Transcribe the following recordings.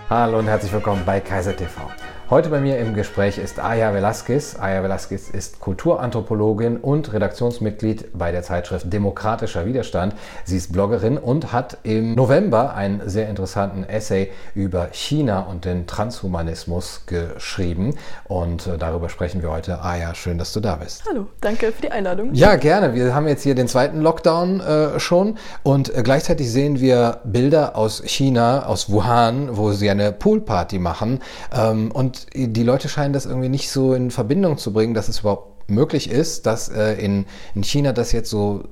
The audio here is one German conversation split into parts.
Hallo und herzlich willkommen bei Kaiser TV. Heute bei mir im Gespräch ist Aya Velasquez. Aya Velasquez ist Kulturanthropologin und Redaktionsmitglied bei der Zeitschrift Demokratischer Widerstand. Sie ist Bloggerin und hat im November einen sehr interessanten Essay über China und den Transhumanismus geschrieben. Und darüber sprechen wir heute. Aya, schön, dass du da bist. Hallo, danke für die Einladung. Ja, gerne. Wir haben jetzt hier den zweiten Lockdown schon und gleichzeitig sehen wir Bilder aus China, aus Wuhan, wo sie eine Poolparty machen und die Leute scheinen das irgendwie nicht so in Verbindung zu bringen, dass es überhaupt möglich ist, dass in China das jetzt so,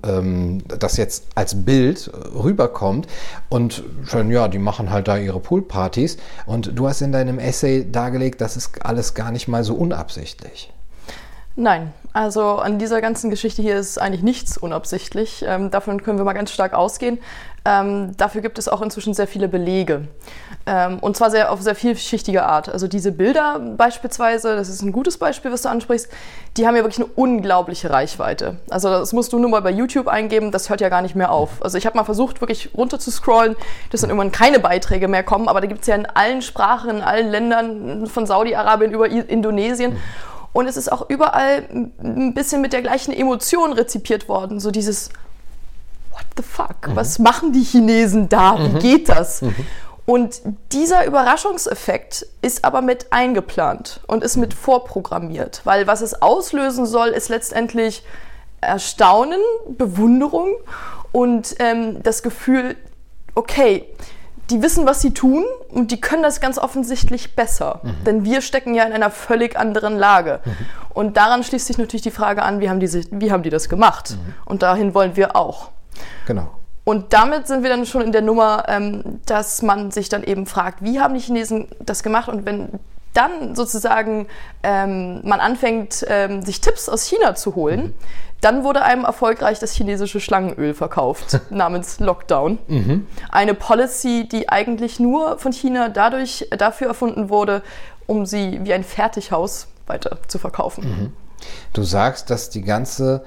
das jetzt als Bild rüberkommt und schon, ja, die machen halt da ihre Poolpartys und du hast in deinem Essay dargelegt, das ist alles gar nicht mal so unabsichtlich. Nein, also an dieser ganzen Geschichte hier ist eigentlich nichts unabsichtlich. Davon können wir mal ganz stark ausgehen. Dafür gibt es auch inzwischen sehr viele Belege. Und zwar auf sehr vielschichtige Art. Also diese Bilder beispielsweise, das ist ein gutes Beispiel, was du ansprichst, die haben ja wirklich eine unglaubliche Reichweite. Also das musst du nur mal bei YouTube eingeben, das hört ja gar nicht mehr auf. Also ich habe mal versucht, wirklich runter zu scrollen, dass dann irgendwann keine Beiträge mehr kommen, aber da gibt es ja in allen Sprachen, in allen Ländern, von Saudi-Arabien über Indonesien. Und es ist auch überall ein bisschen mit der gleichen Emotion rezipiert worden. So dieses What the fuck? Was machen die Chinesen da? Wie geht das? Und dieser Überraschungseffekt ist aber mit eingeplant und ist mit vorprogrammiert. Weil was es auslösen soll, ist letztendlich Erstaunen, Bewunderung und das Gefühl, okay, die wissen, was sie tun und die können das ganz offensichtlich besser. Denn wir stecken ja in einer völlig anderen Lage. Und daran schließt sich natürlich die Frage an, wie haben die das gemacht? Und dahin wollen wir auch. Genau. Und damit sind wir dann schon in der Nummer, dass man sich dann eben fragt, wie haben die Chinesen das gemacht? Und wenn dann sozusagen man anfängt, sich Tipps aus China zu holen, dann wurde einem erfolgreich das chinesische Schlangenöl verkauft, namens Lockdown. Eine Policy, die eigentlich nur von China dafür erfunden wurde, um sie wie ein Fertighaus weiter zu verkaufen. Du sagst, dass die ganze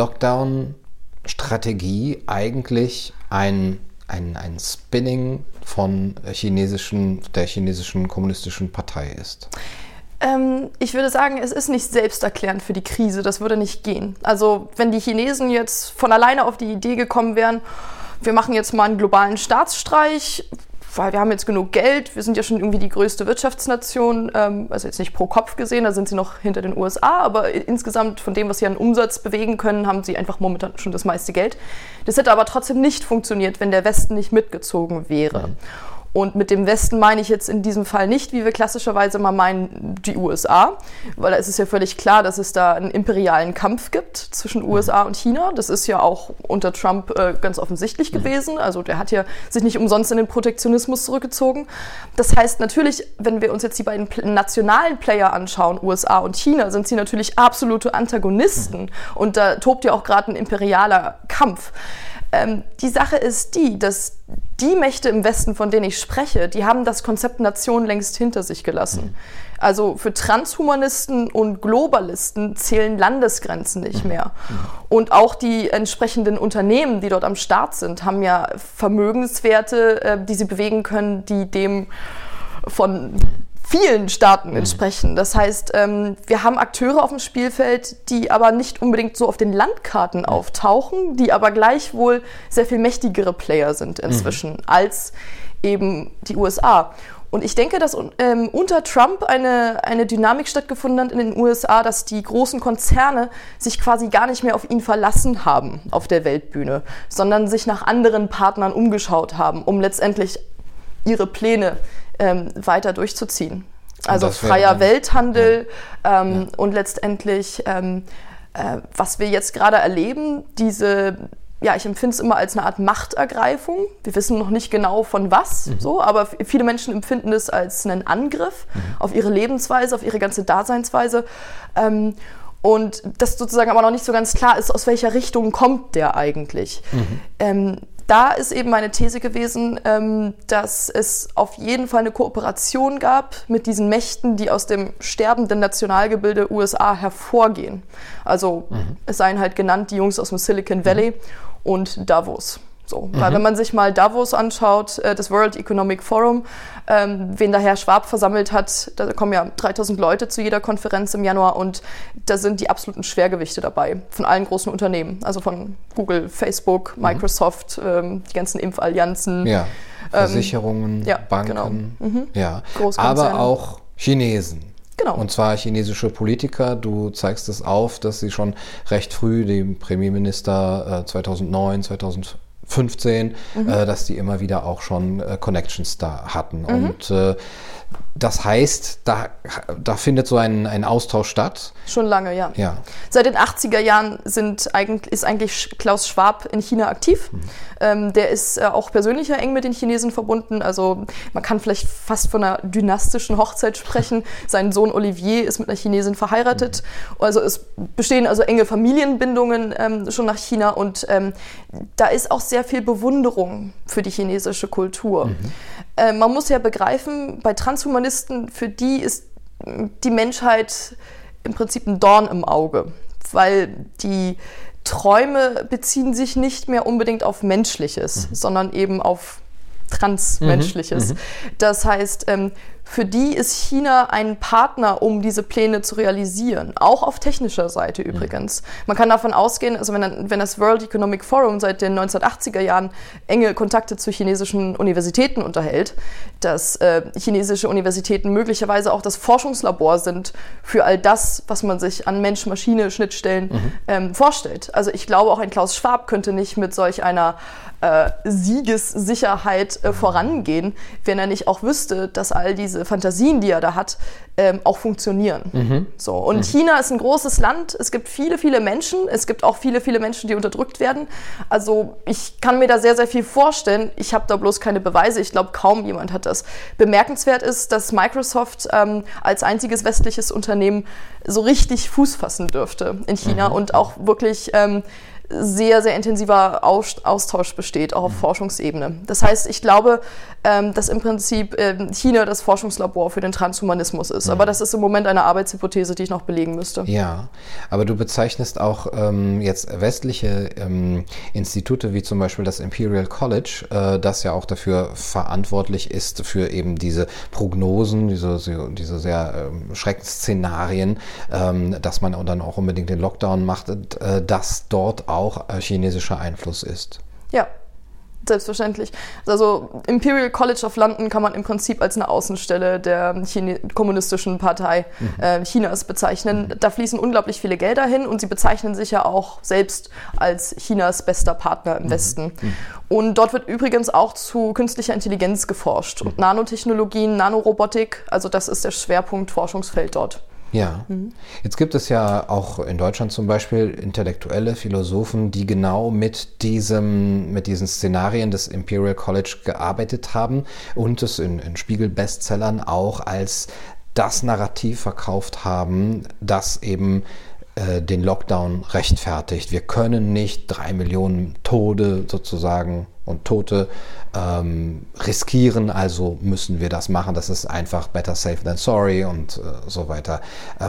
Lockdown-Strategie eigentlich ein Spinning von der chinesischen kommunistischen Partei ist. Ich würde sagen, es ist nicht selbsterklärend für die Krise, das würde nicht gehen. Also wenn die Chinesen jetzt von alleine auf die Idee gekommen wären, wir machen jetzt mal einen globalen Staatsstreich, weil wir haben jetzt genug Geld, wir sind ja schon irgendwie die größte Wirtschaftsnation, also jetzt nicht pro Kopf gesehen, da sind sie noch hinter den USA, aber insgesamt von dem, was sie an Umsatz bewegen können, haben sie einfach momentan schon das meiste Geld. Das hätte aber trotzdem nicht funktioniert, wenn der Westen nicht mitgezogen wäre. Und mit dem Westen meine ich jetzt in diesem Fall nicht, wie wir klassischerweise mal meinen, die USA, weil da ist es ja völlig klar, dass es da einen imperialen Kampf gibt zwischen USA und China. Das ist ja auch unter Trump ganz offensichtlich gewesen. Also der hat ja sich nicht umsonst in den Protektionismus zurückgezogen. Das heißt natürlich, wenn wir uns jetzt die beiden nationalen Player anschauen, USA und China, sind sie natürlich absolute Antagonisten. Und da tobt ja auch gerade ein imperialer Kampf. Die Sache ist die, dass die Mächte im Westen, von denen ich spreche, die haben das Konzept Nation längst hinter sich gelassen. Also für Transhumanisten und Globalisten zählen Landesgrenzen nicht mehr. Und auch die entsprechenden Unternehmen, die dort am Start sind, haben ja Vermögenswerte, die sie bewegen können, die dem von vielen Staaten entsprechen. Das heißt, wir haben Akteure auf dem Spielfeld, die aber nicht unbedingt so auf den Landkarten auftauchen, die aber gleichwohl sehr viel mächtigere Player sind inzwischen als eben die USA. Und ich denke, dass unter Trump eine Dynamik stattgefunden hat in den USA, dass die großen Konzerne sich quasi gar nicht mehr auf ihn verlassen haben auf der Weltbühne, sondern sich nach anderen Partnern umgeschaut haben, um letztendlich ihre Pläne weiter durchzuziehen. Also freier Welthandel und letztendlich, was wir jetzt gerade erleben, ich empfinde es immer als eine Art Machtergreifung. Wir wissen noch nicht genau von was, aber viele Menschen empfinden es als einen Angriff auf ihre Lebensweise, auf ihre ganze Daseinsweise. Und das sozusagen aber noch nicht so ganz klar ist, aus welcher Richtung kommt der eigentlich. Da ist eben meine These gewesen, dass es auf jeden Fall eine Kooperation gab mit diesen Mächten, die aus dem sterbenden Nationalgebilde USA hervorgehen. Also es seien halt genannt die Jungs aus dem Silicon Valley und Davos. So, weil wenn man sich mal Davos anschaut, das World Economic Forum, wen da Herr Schwab versammelt hat, da kommen ja 3000 Leute zu jeder Konferenz im Januar und da sind die absoluten Schwergewichte dabei von allen großen Unternehmen, also von Google, Facebook, Microsoft, die ganzen Impfallianzen. Ja, Versicherungen, Banken, aber auch Chinesen. Genau. Und zwar chinesische Politiker. Du zeigst es auf, dass sie schon recht früh, dem Premierminister 2009, 2015, dass die immer wieder auch schon Connections da hatten. Und das heißt, da findet so ein Austausch statt. Schon lange, ja. Seit den 80er Jahren ist eigentlich Klaus Schwab in China aktiv. Der ist auch persönlich eng mit den Chinesen verbunden. Also man kann vielleicht fast von einer dynastischen Hochzeit sprechen. Sein Sohn Olivier ist mit einer Chinesin verheiratet. Also es bestehen also enge Familienbindungen schon nach China. Und da ist auch sehr viel Bewunderung für die chinesische Kultur. Man muss ja begreifen, bei Transhumanisten, für die ist die Menschheit im Prinzip ein Dorn im Auge, weil die Träume beziehen sich nicht mehr unbedingt auf Menschliches, sondern eben auf Transmenschliches. Das heißt, für die ist China ein Partner, um diese Pläne zu realisieren, auch auf technischer Seite übrigens. Man kann davon ausgehen, also wenn das World Economic Forum seit den 1980er Jahren enge Kontakte zu chinesischen Universitäten unterhält, dass chinesische Universitäten möglicherweise auch das Forschungslabor sind für all das, was man sich an Mensch-Maschine-Schnittstellen vorstellt. Also ich glaube, auch ein Klaus Schwab könnte nicht mit solch einer Siegessicherheit vorangehen, wenn er nicht auch wüsste, dass all diese Fantasien, die er da hat, auch funktionieren. So. Und China ist ein großes Land, es gibt viele, viele Menschen, es gibt auch viele, viele Menschen, die unterdrückt werden. Also ich kann mir da sehr, sehr viel vorstellen, ich habe da bloß keine Beweise, ich glaube kaum jemand hat das. Bemerkenswert ist, dass Microsoft als einziges westliches Unternehmen so richtig Fuß fassen dürfte in China und auch wirklich sehr, sehr intensiver Austausch besteht, auch auf Forschungsebene. Das heißt, ich glaube, dass im Prinzip China das Forschungslabor für den Transhumanismus ist. Aber das ist im Moment eine Arbeitshypothese, die ich noch belegen müsste. Ja, aber du bezeichnest auch jetzt westliche Institute, wie zum Beispiel das Imperial College, das ja auch dafür verantwortlich ist, für eben diese Prognosen, diese sehr Schreckensszenarien, dass man dann auch unbedingt den Lockdown macht, dass dort auch chinesischer Einfluss ist. Ja, selbstverständlich. Also Imperial College of London kann man im Prinzip als eine Außenstelle der kommunistischen Partei Chinas bezeichnen. Da fließen unglaublich viele Gelder hin und sie bezeichnen sich ja auch selbst als Chinas bester Partner im Westen. Und dort wird übrigens auch zu künstlicher Intelligenz geforscht und Nanotechnologien, Nanorobotik, also das ist der Schwerpunkt Forschungsfeld dort. Ja, jetzt gibt es ja auch in Deutschland zum Beispiel intellektuelle Philosophen, die genau mit diesen Szenarien des Imperial College gearbeitet haben und es in Spiegel-Bestsellern auch als das Narrativ verkauft haben, das eben den Lockdown rechtfertigt. Wir können nicht 3 Millionen Tode sozusagen und Tote riskieren, also müssen wir das machen. Das ist einfach better safe than sorry und so weiter.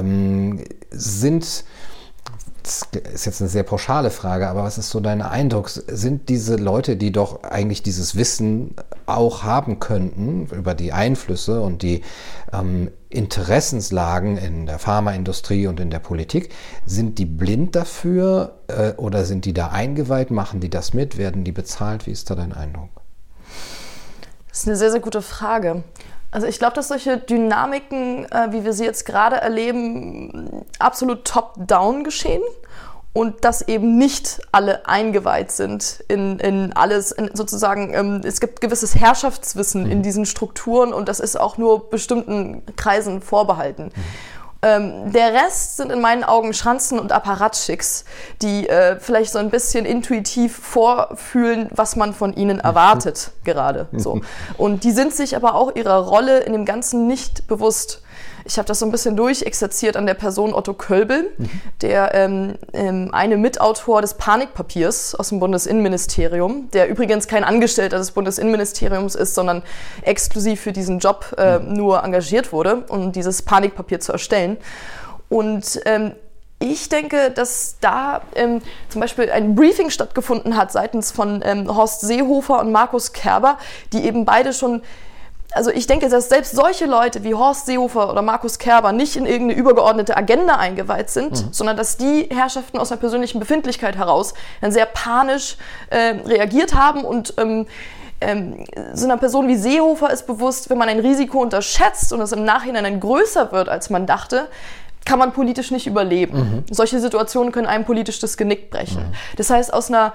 Das ist jetzt eine sehr pauschale Frage, aber was ist so dein Eindruck? Sind diese Leute, die doch eigentlich dieses Wissen auch haben könnten über die Einflüsse und die Interessenslagen in der Pharmaindustrie und in der Politik, sind die blind dafür oder sind die da eingeweiht? Machen die das mit? Werden die bezahlt? Wie ist da dein Eindruck? Das ist eine sehr, sehr gute Frage. Also ich glaube, dass solche Dynamiken, wie wir sie jetzt gerade erleben, absolut top-down geschehen und dass eben nicht alle eingeweiht sind in alles, sozusagen, es gibt gewisses Herrschaftswissen in diesen Strukturen und das ist auch nur bestimmten Kreisen vorbehalten. Der Rest sind in meinen Augen Schranzen und Apparatschicks, die vielleicht so ein bisschen intuitiv vorfühlen, was man von ihnen erwartet gerade. So. Und die sind sich aber auch ihrer Rolle in dem Ganzen nicht bewusst. Ich habe das so ein bisschen durchexerziert an der Person Otto Kölbel, der eine Mitautor des Panikpapiers aus dem Bundesinnenministerium, der übrigens kein Angestellter des Bundesinnenministeriums ist, sondern exklusiv für diesen Job nur engagiert wurde, um dieses Panikpapier zu erstellen. Und Ich denke, dass da zum Beispiel ein Briefing stattgefunden hat seitens von Horst Seehofer und Markus Kerber, die eben beide schon, also ich denke, dass selbst solche Leute wie Horst Seehofer oder Markus Kerber nicht in irgendeine übergeordnete Agenda eingeweiht sind, sondern dass die Herrschaften aus einer persönlichen Befindlichkeit heraus dann sehr panisch reagiert haben und so einer Person wie Seehofer ist bewusst, wenn man ein Risiko unterschätzt und es im Nachhinein dann größer wird, als man dachte, kann man politisch nicht überleben. Solche Situationen können einem politisch das Genick brechen. Das heißt, aus einer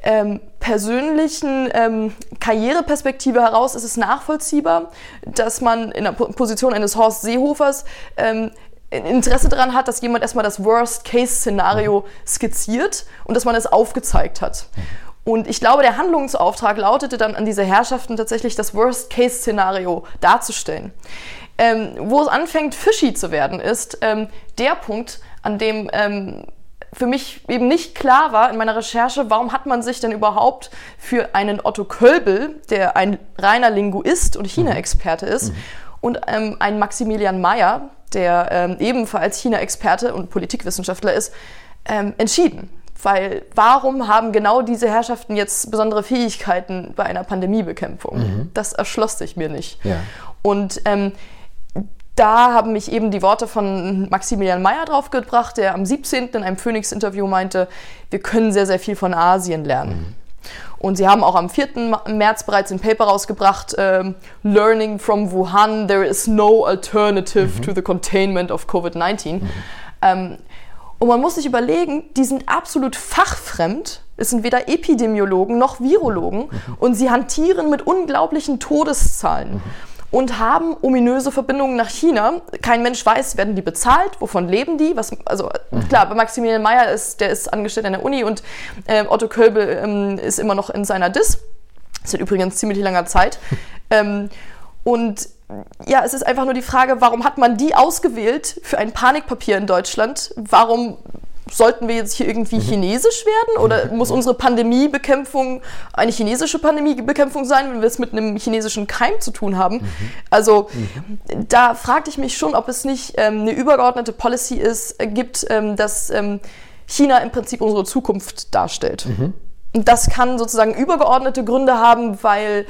persönlichen Karriereperspektive heraus ist es nachvollziehbar, dass man in der Position eines Horst Seehofers Interesse daran hat, dass jemand erstmal das Worst-Case-Szenario skizziert und dass man es aufgezeigt hat. Und ich glaube, der Handlungsauftrag lautete dann an diese Herrschaften tatsächlich, das Worst-Case-Szenario darzustellen. Wo es anfängt, fishy zu werden, ist der Punkt, an dem für mich eben nicht klar war in meiner Recherche, warum hat man sich denn überhaupt für einen Otto Kölbel, der ein reiner Linguist und China-Experte ist, und einen Maximilian Mayer, der ebenfalls China-Experte und Politikwissenschaftler ist, entschieden. Weil warum haben genau diese Herrschaften jetzt besondere Fähigkeiten bei einer Pandemiebekämpfung? Das erschloss sich mir nicht. Ja. Und da haben mich eben die Worte von Maximilian Mayer draufgebracht, der am 17. in einem Phoenix-Interview meinte, wir können sehr, sehr viel von Asien lernen. Und sie haben auch am 4. März bereits ein Paper rausgebracht, Learning from Wuhan, there is no alternative to the containment of COVID-19. Und man muss sich überlegen, die sind absolut fachfremd, es sind weder Epidemiologen noch Virologen und sie hantieren mit unglaublichen Todeszahlen. Und haben ominöse Verbindungen nach China. Kein Mensch weiß, werden die bezahlt, wovon leben die? Klar, bei Maximilian Mayer der ist angestellt an der Uni und Otto Kölbel ist immer noch in seiner DIS. Seit übrigens ziemlich langer Zeit. Und ja, es ist einfach nur die Frage, warum hat man die ausgewählt für ein Panikpapier in Deutschland? Warum sollten wir jetzt hier irgendwie chinesisch werden? Oder muss unsere Pandemiebekämpfung eine chinesische Pandemiebekämpfung sein, wenn wir es mit einem chinesischen Keim zu tun haben? Also da fragte ich mich schon, ob es nicht eine übergeordnete Policy gibt, dass China im Prinzip unsere Zukunft darstellt. Und das kann sozusagen übergeordnete Gründe haben, weil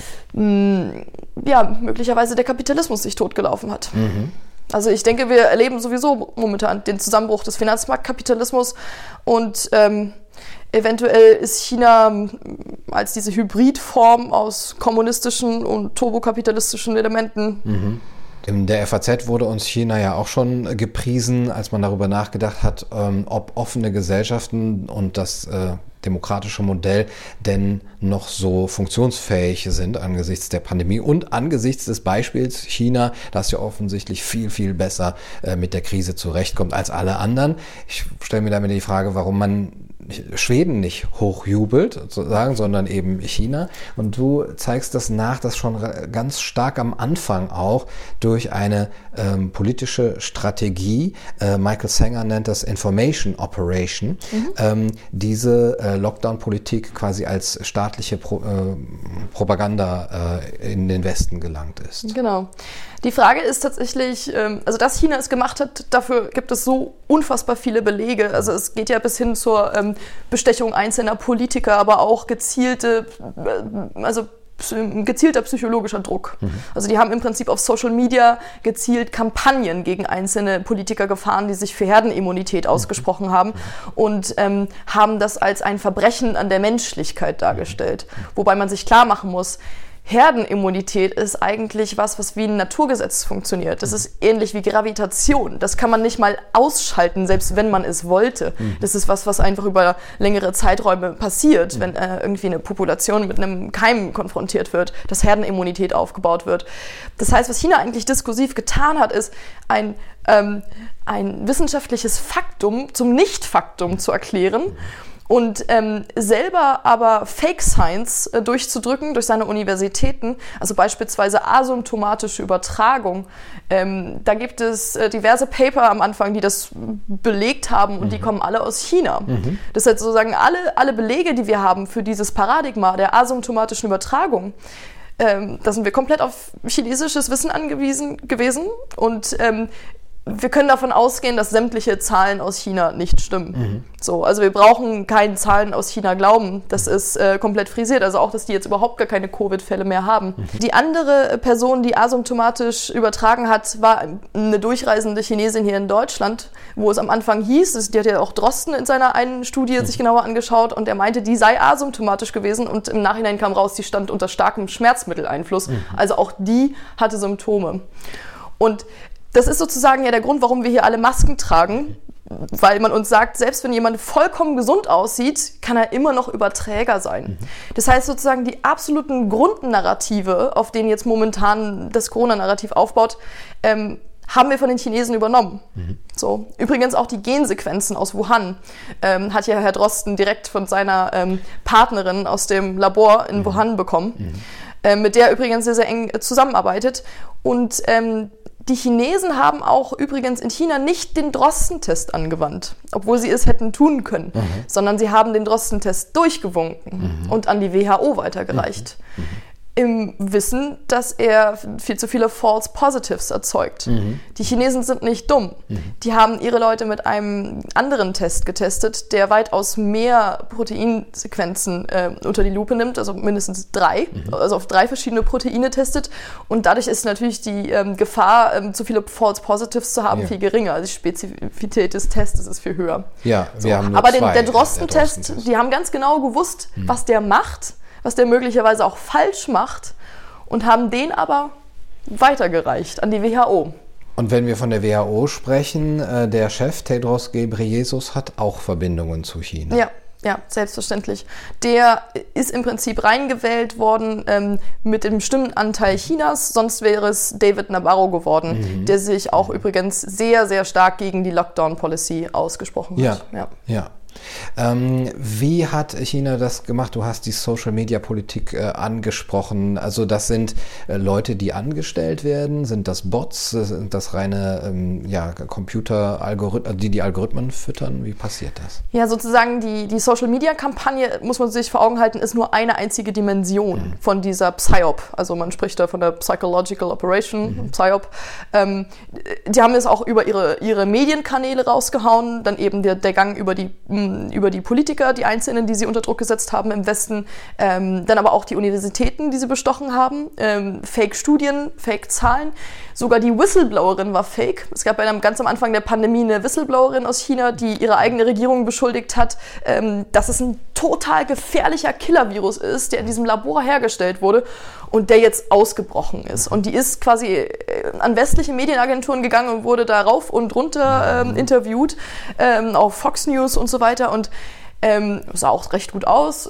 möglicherweise der Kapitalismus sich totgelaufen hat. Also ich denke, wir erleben sowieso momentan den Zusammenbruch des Finanzmarktkapitalismus und eventuell ist China als diese Hybridform aus kommunistischen und turbokapitalistischen Elementen. In der FAZ wurde uns China ja auch schon gepriesen, als man darüber nachgedacht hat, ob offene Gesellschaften und das demokratische Modell denn noch so funktionsfähig sind angesichts der Pandemie und angesichts des Beispiels China, das ja offensichtlich viel, viel besser mit der Krise zurechtkommt als alle anderen. Ich stelle mir damit die Frage, warum man Schweden nicht hochjubelt, sozusagen, sondern eben China. Und du zeigst das nach, dass schon ganz stark am Anfang auch durch eine politische Strategie, Michael Sanger nennt das Information Operation, diese Lockdown-Politik quasi als staatliche Propaganda in den Westen gelangt ist. Genau. Die Frage ist tatsächlich, also dass China es gemacht hat, dafür gibt es so unfassbar viele Belege. Also es geht ja bis hin zur Bestechung einzelner Politiker, aber auch gezielter psychologischer Druck. Also die haben im Prinzip auf Social Media gezielt Kampagnen gegen einzelne Politiker gefahren, die sich für Herdenimmunität ausgesprochen haben und haben das als ein Verbrechen an der Menschlichkeit dargestellt. Wobei man sich klar machen muss, Herdenimmunität ist eigentlich was wie ein Naturgesetz funktioniert. Das ist ähnlich wie Gravitation. Das kann man nicht mal ausschalten, selbst wenn man es wollte. Das ist was einfach über längere Zeiträume passiert, wenn irgendwie eine Population mit einem Keim konfrontiert wird, dass Herdenimmunität aufgebaut wird. Das heißt, was China eigentlich diskursiv getan hat, ist ein wissenschaftliches Faktum zum Nicht-Faktum zu erklären und selber aber Fake Science durchzudrücken durch seine Universitäten, also beispielsweise asymptomatische Übertragung. Da gibt es diverse Paper am Anfang, die das belegt haben und die kommen alle aus China. Das heißt sozusagen alle Belege, die wir haben für dieses Paradigma der asymptomatischen Übertragung, da sind wir komplett auf chinesisches Wissen angewiesen gewesen und wir können davon ausgehen, dass sämtliche Zahlen aus China nicht stimmen. So, also wir brauchen keinen Zahlen aus China glauben. Das ist komplett frisiert. Also auch, dass die jetzt überhaupt gar keine Covid-Fälle mehr haben. Die andere Person, die asymptomatisch übertragen hat, war eine durchreisende Chinesin hier in Deutschland, wo es am Anfang hieß, die hat ja auch Drosten in seiner einen Studie sich genauer angeschaut und er meinte, die sei asymptomatisch gewesen und im Nachhinein kam raus, die stand unter starkem Schmerzmitteleinfluss. Also auch die hatte Symptome. Und das ist sozusagen ja der Grund, warum wir hier alle Masken tragen, weil man uns sagt, selbst wenn jemand vollkommen gesund aussieht, kann er immer noch Überträger sein. Das heißt sozusagen, die absoluten Grundnarrative, auf denen jetzt momentan das Corona-Narrativ aufbaut, haben wir von den Chinesen übernommen. So. Übrigens auch die Gensequenzen aus Wuhan hat ja Herr Drosten direkt von seiner Partnerin aus dem Labor in Wuhan bekommen, mit der er übrigens sehr, sehr eng zusammenarbeitet. Und die Chinesen haben auch übrigens in China nicht den Drosten-Test angewandt, obwohl sie es hätten tun können, sondern sie haben den Drosten-Test durchgewunken und an die WHO weitergereicht. Im Wissen, dass er viel zu viele False Positives erzeugt. Die Chinesen sind nicht dumm. Die haben ihre Leute mit einem anderen Test getestet, der weitaus mehr Proteinsequenzen unter die Lupe nimmt, also mindestens 3, also auf 3 verschiedene Proteine testet. Und dadurch ist natürlich die Gefahr, zu viele False Positives zu haben, viel geringer. Also die Spezifität des Tests ist viel höher. Ja, wir haben nur aber zwei, der Drosten-Test, die haben ganz genau gewusst, was der macht, was der möglicherweise auch falsch macht und haben den aber weitergereicht an die WHO. Und wenn wir von der WHO sprechen, der Chef Tedros Ghebreyesus hat auch Verbindungen zu China. Ja, selbstverständlich. Der ist im Prinzip reingewählt worden mit dem Stimmenanteil Chinas, sonst wäre es David Nabarro geworden, der sich auch übrigens sehr, sehr stark gegen die Lockdown-Policy ausgesprochen hat. Ja. Wie hat China das gemacht? Du hast die Social-Media-Politik angesprochen. Also das sind Leute, die angestellt werden? Sind das Bots? Sind das reine Computer-Algorithmen, die Algorithmen füttern? Wie passiert das? Ja, sozusagen die Social-Media-Kampagne, muss man sich vor Augen halten, ist nur eine einzige Dimension von dieser PSYOP. Also man spricht da von der Psychological Operation, PSYOP. Die haben es auch über ihre Medienkanäle rausgehauen, dann eben der Gang über die Politiker, die Einzelnen, die sie unter Druck gesetzt haben im Westen, dann aber auch die Universitäten, die sie bestochen haben, Fake-Studien, Fake-Zahlen. Sogar die Whistleblowerin war fake. Es gab ganz am Anfang der Pandemie eine Whistleblowerin aus China, die ihre eigene Regierung beschuldigt hat, dass es ein total gefährlicher Killer-Virus ist, der in diesem Labor hergestellt wurde und der jetzt ausgebrochen ist. Und die ist quasi an westliche Medienagenturen gegangen und wurde da rauf und runter interviewt, auf Fox News und so weiter und sah auch recht gut aus.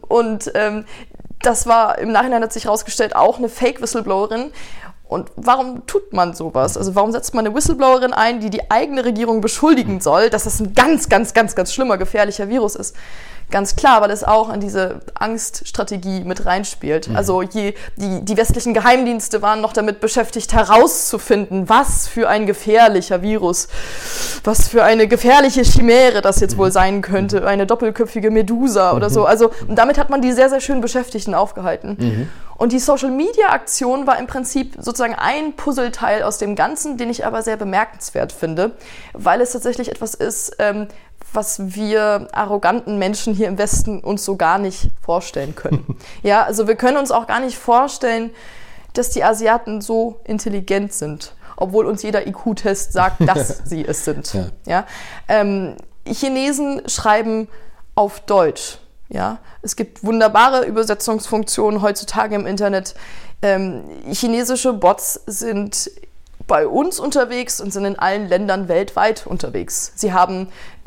Das war im Nachhinein, hat sich herausgestellt, auch eine Fake-Whistleblowerin. Und warum tut man sowas? Also warum setzt man eine Whistleblowerin ein, die die eigene Regierung beschuldigen soll, dass das ein ganz, ganz, ganz, ganz schlimmer, gefährlicher Virus ist? Ganz klar, weil es auch in diese Angststrategie mit reinspielt. Also die westlichen Geheimdienste waren noch damit beschäftigt, herauszufinden, was für ein gefährlicher Virus, was für eine gefährliche Chimäre das jetzt wohl sein könnte, eine doppelköpfige Medusa oder so. Also und damit hat man die sehr, sehr schön Beschäftigten aufgehalten. Und die Social-Media-Aktion war im Prinzip sozusagen ein Puzzleteil aus dem Ganzen, den ich aber sehr bemerkenswert finde, weil es tatsächlich etwas ist, was wir arroganten Menschen hier im Westen uns so gar nicht vorstellen können. Ja, also wir können uns auch gar nicht vorstellen, dass die Asiaten so intelligent sind, obwohl uns jeder IQ-Test sagt, dass sie es sind. Ja? Chinesen schreiben auf Deutsch. Ja? Es gibt wunderbare Übersetzungsfunktionen heutzutage im Internet. Chinesische Bots sind bei uns unterwegs und sind in allen Ländern weltweit unterwegs. Sie haben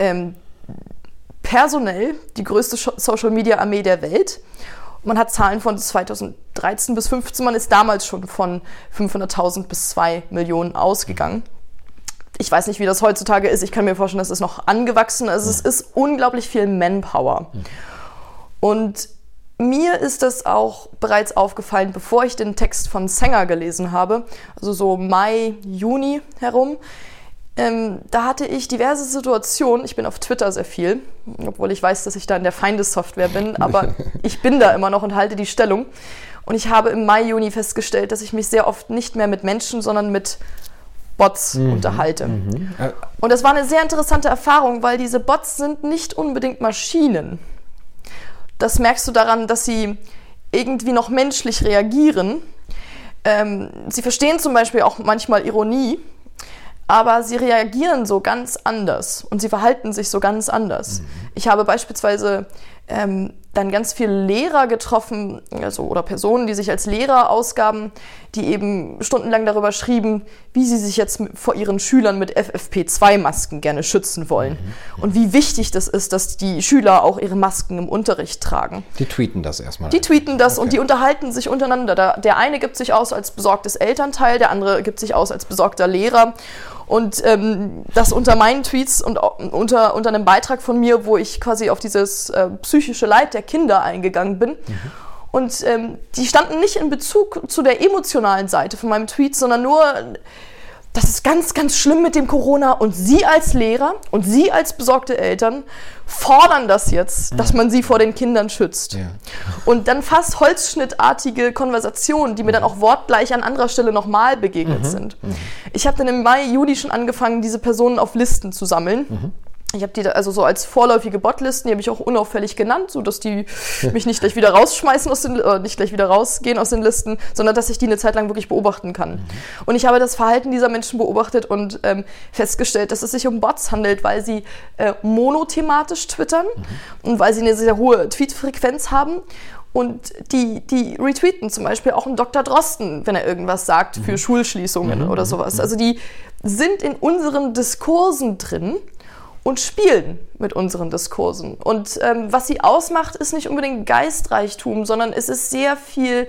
personell die größte Social-Media-Armee der Welt. Man hat Zahlen von 2013 bis 2015, man ist damals schon von 500.000 bis 2 Millionen ausgegangen. Ich weiß nicht, wie das heutzutage ist. Ich kann mir vorstellen, das ist noch angewachsen. Also es ist unglaublich viel Manpower. Und mir ist das auch bereits aufgefallen, bevor ich den Text von Sanger gelesen habe, also so Mai, Juni herum. Da hatte ich diverse Situationen, ich bin auf Twitter sehr viel, obwohl ich weiß, dass ich da in der Feindessoftware bin, aber ich bin da immer noch und halte die Stellung. Und ich habe im Mai, Juni festgestellt, dass ich mich sehr oft nicht mehr mit Menschen, sondern mit Bots unterhalte. Und das war eine sehr interessante Erfahrung, weil diese Bots sind nicht unbedingt Maschinen. Das merkst du daran, dass sie irgendwie noch menschlich reagieren. Sie verstehen zum Beispiel auch manchmal Ironie, aber sie reagieren so ganz anders und sie verhalten sich so ganz anders. Ich habe beispielsweise dann ganz viele Lehrer getroffen, also, oder Personen, die sich als Lehrer ausgaben, die eben stundenlang darüber schrieben, wie sie sich jetzt vor ihren Schülern mit FFP2-Masken gerne schützen wollen. Und wie wichtig das ist, dass die Schüler auch ihre Masken im Unterricht tragen. Die tweeten das erstmal. Die tweeten das und die unterhalten sich untereinander. Der eine gibt sich aus als besorgtes Elternteil, der andere gibt sich aus als besorgter Lehrer. Und das unter meinen Tweets und unter einem Beitrag von mir, wo ich quasi auf dieses psychische Leid der Kinder eingegangen bin. Und die standen nicht in Bezug zu der emotionalen Seite von meinem Tweet, sondern nur, das ist ganz, ganz schlimm mit dem Corona. Und Sie als Lehrer und Sie als besorgte Eltern fordern das jetzt, dass man sie vor den Kindern schützt. Ja. Und dann fast holzschnittartige Konversationen, die mir dann auch wortgleich an anderer Stelle nochmal begegnet sind. Ich habe dann im Mai, Juni schon angefangen, diese Personen auf Listen zu sammeln. Ich habe die also so als vorläufige Botlisten, die habe ich auch unauffällig genannt, sodass die mich nicht gleich wieder rausschmeißen nicht gleich wieder rausgehen aus den Listen, sondern dass ich die eine Zeit lang wirklich beobachten kann. Und ich habe das Verhalten dieser Menschen beobachtet und festgestellt, dass es sich um Bots handelt, weil sie monothematisch twittern und weil sie eine sehr hohe Tweetfrequenz haben. Und die retweeten zum Beispiel auch einen Dr. Drosten, wenn er irgendwas sagt für Schulschließungen oder sowas. Also die sind in unseren Diskursen drin und spielen mit unseren Diskursen. Und was sie ausmacht, ist nicht unbedingt Geistreichtum, sondern es ist sehr viel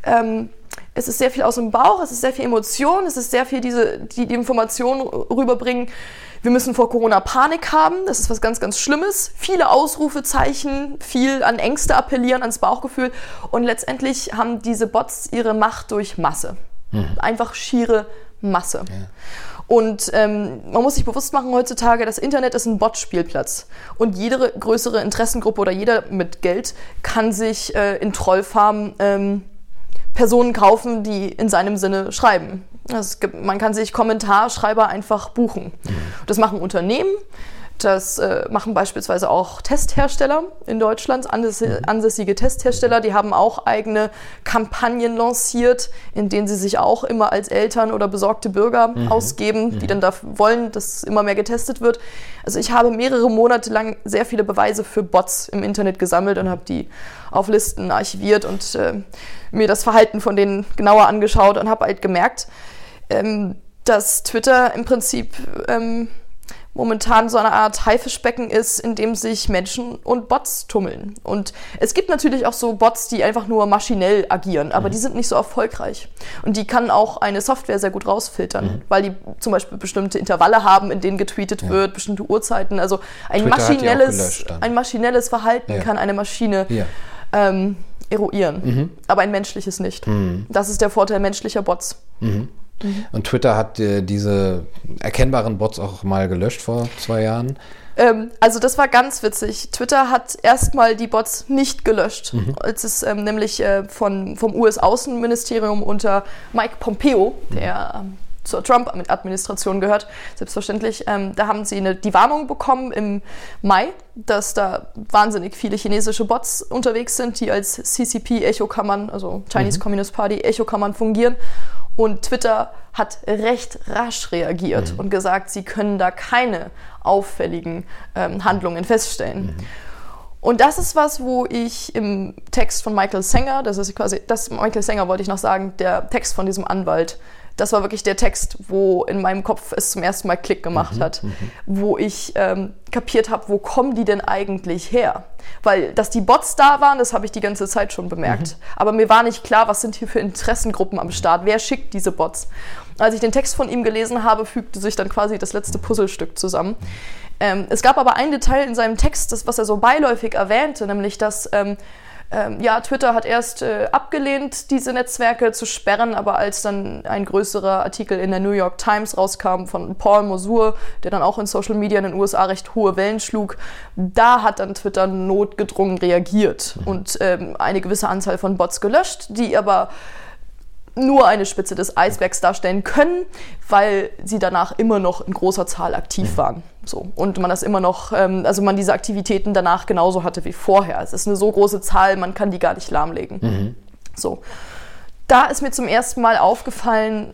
aus dem Bauch, es ist sehr viel Emotion, es ist sehr viel die Information rüberbringen. Wir müssen vor Corona Panik haben, das ist was ganz, ganz Schlimmes. Viele Ausrufezeichen, viel an Ängste appellieren, ans Bauchgefühl. Und letztendlich haben diese Bots ihre Macht durch Masse. Einfach schiere Masse. Ja. Und man muss sich bewusst machen heutzutage, das Internet ist ein Bot-Spielplatz. Und jede größere Interessengruppe oder jeder mit Geld kann sich in Trollfarmen Personen kaufen, die in seinem Sinne schreiben. Man kann sich Kommentarschreiber einfach buchen. Das machen Unternehmen. Das machen beispielsweise auch Testhersteller in Deutschland, ansässige Testhersteller, die haben auch eigene Kampagnen lanciert, in denen sie sich auch immer als Eltern oder besorgte Bürger ausgeben, die dann wollen, dass immer mehr getestet wird. Also ich habe mehrere Monate lang sehr viele Beweise für Bots im Internet gesammelt und habe die auf Listen archiviert und mir das Verhalten von denen genauer angeschaut und habe halt gemerkt, dass Twitter im Prinzip momentan so eine Art Haifischbecken ist, in dem sich Menschen und Bots tummeln. Und es gibt natürlich auch so Bots, die einfach nur maschinell agieren, aber die sind nicht so erfolgreich. Und die kann auch eine Software sehr gut rausfiltern, weil die zum Beispiel bestimmte Intervalle haben, in denen getweetet wird, bestimmte Uhrzeiten. Also ein maschinelles Verhalten kann eine Maschine eruieren, aber ein menschliches nicht. Das ist der Vorteil menschlicher Bots. Und Twitter hat diese erkennbaren Bots auch mal gelöscht vor 2 Jahren? Also das war ganz witzig. Twitter hat erstmal die Bots nicht gelöscht. Als es nämlich vom US-Außenministerium unter Mike Pompeo, der zur Trump-Administration gehört, selbstverständlich, da haben sie die Warnung bekommen im Mai, dass da wahnsinnig viele chinesische Bots unterwegs sind, die als CCP-Echokammern, also Chinese Communist Party Echokammern fungieren. Und Twitter hat recht rasch reagiert und gesagt, sie können da keine auffälligen Handlungen feststellen. Und das ist was, wo ich im Text von Michael Sanger, Michael Sanger wollte ich noch sagen, der Text von diesem Anwalt, das war wirklich der Text, wo in meinem Kopf es zum ersten Mal Klick gemacht hat, wo ich kapiert habe, wo kommen die denn eigentlich her? Weil, dass die Bots da waren, das habe ich die ganze Zeit schon bemerkt. Aber mir war nicht klar, was sind hier für Interessengruppen am Start? Wer schickt diese Bots? Als ich den Text von ihm gelesen habe, fügte sich dann quasi das letzte Puzzlestück zusammen. Es gab aber ein Detail in seinem Text, was er so beiläufig erwähnte, nämlich, dass Twitter hat erst abgelehnt, diese Netzwerke zu sperren, aber als dann ein größerer Artikel in der New York Times rauskam von Paul Mosur, der dann auch in Social Media in den USA recht hohe Wellen schlug, da hat dann Twitter notgedrungen reagiert und eine gewisse Anzahl von Bots gelöscht, die aber nur eine Spitze des Eisbergs darstellen können, weil sie danach immer noch in großer Zahl aktiv waren. So. Und man das immer noch, also man diese Aktivitäten danach genauso hatte wie vorher. Es ist eine so große Zahl, man kann die gar nicht lahmlegen. So. Da ist mir zum ersten Mal aufgefallen,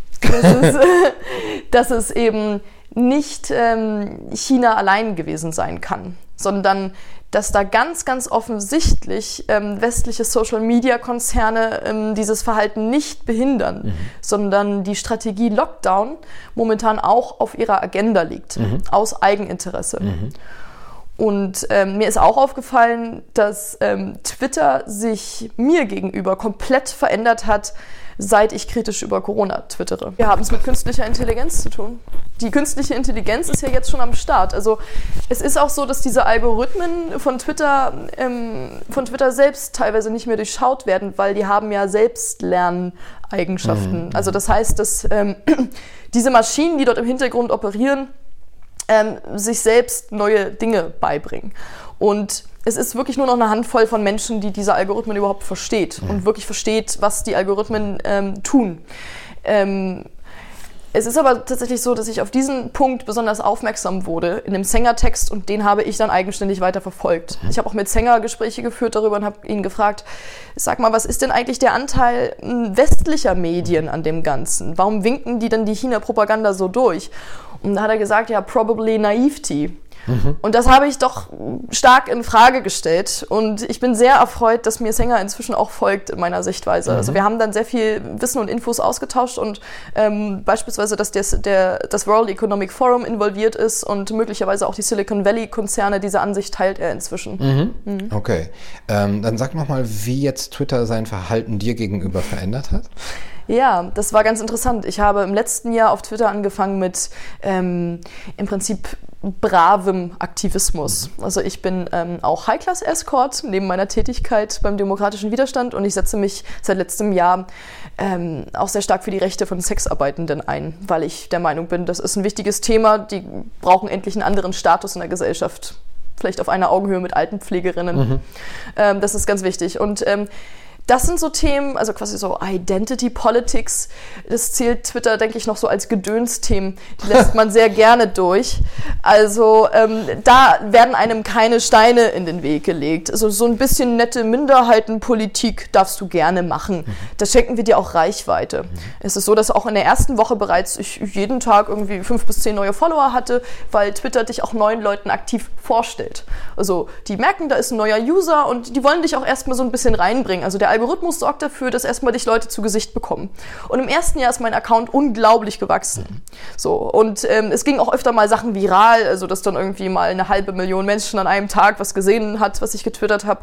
dass es eben nicht China allein gewesen sein kann, sondern dass da ganz, ganz offensichtlich westliche Social-Media-Konzerne dieses Verhalten nicht behindern, sondern die Strategie Lockdown momentan auch auf ihrer Agenda liegt, aus Eigeninteresse. Und mir ist auch aufgefallen, dass Twitter sich mir gegenüber komplett verändert hat, seit ich kritisch über Corona twittere. Wir haben es mit künstlicher Intelligenz zu tun. Die künstliche Intelligenz ist ja jetzt schon am Start. Also es ist auch so, dass diese Algorithmen von Twitter selbst teilweise nicht mehr durchschaut werden, weil die haben ja Selbstlerneigenschaften. Also das heißt, dass diese Maschinen, die dort im Hintergrund operieren, sich selbst neue Dinge beibringen. Und es ist wirklich nur noch eine Handvoll von Menschen, die diese Algorithmen überhaupt versteht und wirklich versteht, was die Algorithmen tun. Es ist aber tatsächlich so, dass ich auf diesen Punkt besonders aufmerksam wurde in dem Sanger-Text und den habe ich dann eigenständig weiter verfolgt. Ich habe auch mit Sanger Gespräche geführt darüber und habe ihn gefragt, sag mal, was ist denn eigentlich der Anteil westlicher Medien an dem Ganzen? Warum winken die denn die China-Propaganda so durch? Und da hat er gesagt, ja, probably naivety. Und das habe ich doch stark in Frage gestellt und ich bin sehr erfreut, dass mir Sanger inzwischen auch folgt in meiner Sichtweise. Also wir haben dann sehr viel Wissen und Infos ausgetauscht und beispielsweise, dass das World Economic Forum involviert ist und möglicherweise auch die Silicon Valley Konzerne, diese Ansicht teilt er inzwischen. Okay, dann sag nochmal, wie jetzt Twitter sein Verhalten dir gegenüber verändert hat. Ja, das war ganz interessant. Ich habe im letzten Jahr auf Twitter angefangen mit im Prinzip bravem Aktivismus. Also ich bin auch High-Class-Escort neben meiner Tätigkeit beim demokratischen Widerstand und ich setze mich seit letztem Jahr auch sehr stark für die Rechte von Sexarbeitenden ein, weil ich der Meinung bin, das ist ein wichtiges Thema, die brauchen endlich einen anderen Status in der Gesellschaft, vielleicht auf einer Augenhöhe mit Altenpflegerinnen. Das ist ganz wichtig und das sind so Themen, also quasi so Identity Politics, das zählt Twitter, denke ich, noch so als Gedönsthemen, die lässt man sehr gerne durch. Also da werden einem keine Steine in den Weg gelegt. Also so ein bisschen nette Minderheitenpolitik darfst du gerne machen. Da schenken wir dir auch Reichweite. Es ist so, dass auch in der ersten Woche bereits ich jeden Tag irgendwie 5 bis 10 neue Follower hatte, weil Twitter dich auch neuen Leuten aktiv vorstellt. Also die merken, da ist ein neuer User und die wollen dich auch erstmal so ein bisschen reinbringen. Also der Algorithmus sorgt dafür, dass erstmal dich Leute zu Gesicht bekommen. Und im ersten Jahr ist mein Account unglaublich gewachsen. So, und es ging auch öfter mal Sachen viral, also dass dann irgendwie mal 500.000 Menschen an einem Tag was gesehen hat, was ich getwittert habe.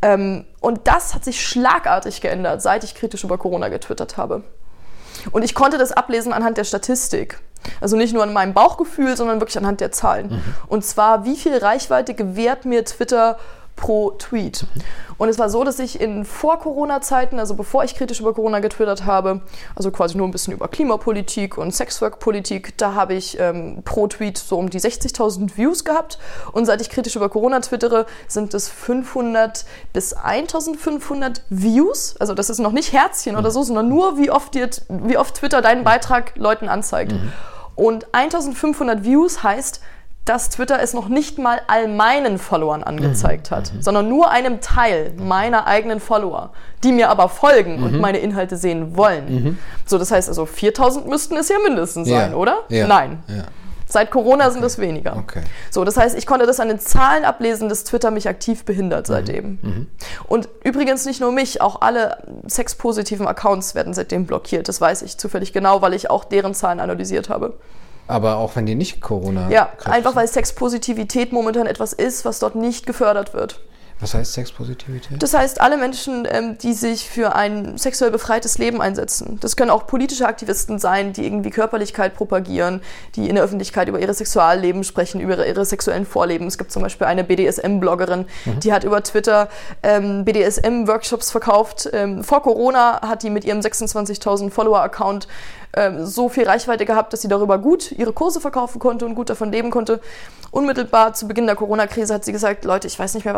Und das hat sich schlagartig geändert, seit ich kritisch über Corona getwittert habe. Und ich konnte das ablesen anhand der Statistik. Also nicht nur an meinem Bauchgefühl, sondern wirklich anhand der Zahlen. Und zwar, wie viel Reichweite gewährt mir Twitter pro Tweet. Und es war so, dass ich in Vor-Corona-Zeiten, also bevor ich kritisch über Corona getwittert habe, also quasi nur ein bisschen über Klimapolitik und Sexwork-Politik, da habe ich pro Tweet so um die 60.000 Views gehabt. Und seit ich kritisch über Corona twittere, sind es 500 bis 1.500 Views. Also das ist noch nicht Herzchen oder so, sondern nur, wie oft Twitter deinen Beitrag Leuten anzeigt. Und 1.500 Views heißt, dass Twitter es noch nicht mal all meinen Followern angezeigt hat, sondern nur einem Teil meiner eigenen Follower, die mir aber folgen und meine Inhalte sehen wollen. So, das heißt also 4.000 müssten es ja mindestens sein, oder? Ja. Nein. Ja. Seit Corona sind es weniger. Okay. So, das heißt, ich konnte das an den Zahlen ablesen, dass Twitter mich aktiv behindert seitdem. Und übrigens nicht nur mich, auch alle sexpositiven Accounts werden seitdem blockiert. Das weiß ich zufällig genau, weil ich auch deren Zahlen analysiert habe. Aber auch wenn die nicht Corona... Ja, einfach weil Sexpositivität momentan etwas ist, was dort nicht gefördert wird. Was heißt Sexpositivität? Das heißt, alle Menschen, die sich für ein sexuell befreites Leben einsetzen. Das können auch politische Aktivisten sein, die irgendwie Körperlichkeit propagieren, die in der Öffentlichkeit über ihre Sexualleben sprechen, über ihre sexuellen Vorleben. Es gibt zum Beispiel eine BDSM-Bloggerin, die hat über Twitter BDSM-Workshops verkauft. Vor Corona hat die mit ihrem 26.000 Follower-Account so viel Reichweite gehabt, dass sie darüber gut ihre Kurse verkaufen konnte und gut davon leben konnte. Unmittelbar zu Beginn der Corona-Krise hat sie gesagt, Leute, ich weiß nicht mehr, was los ist, aber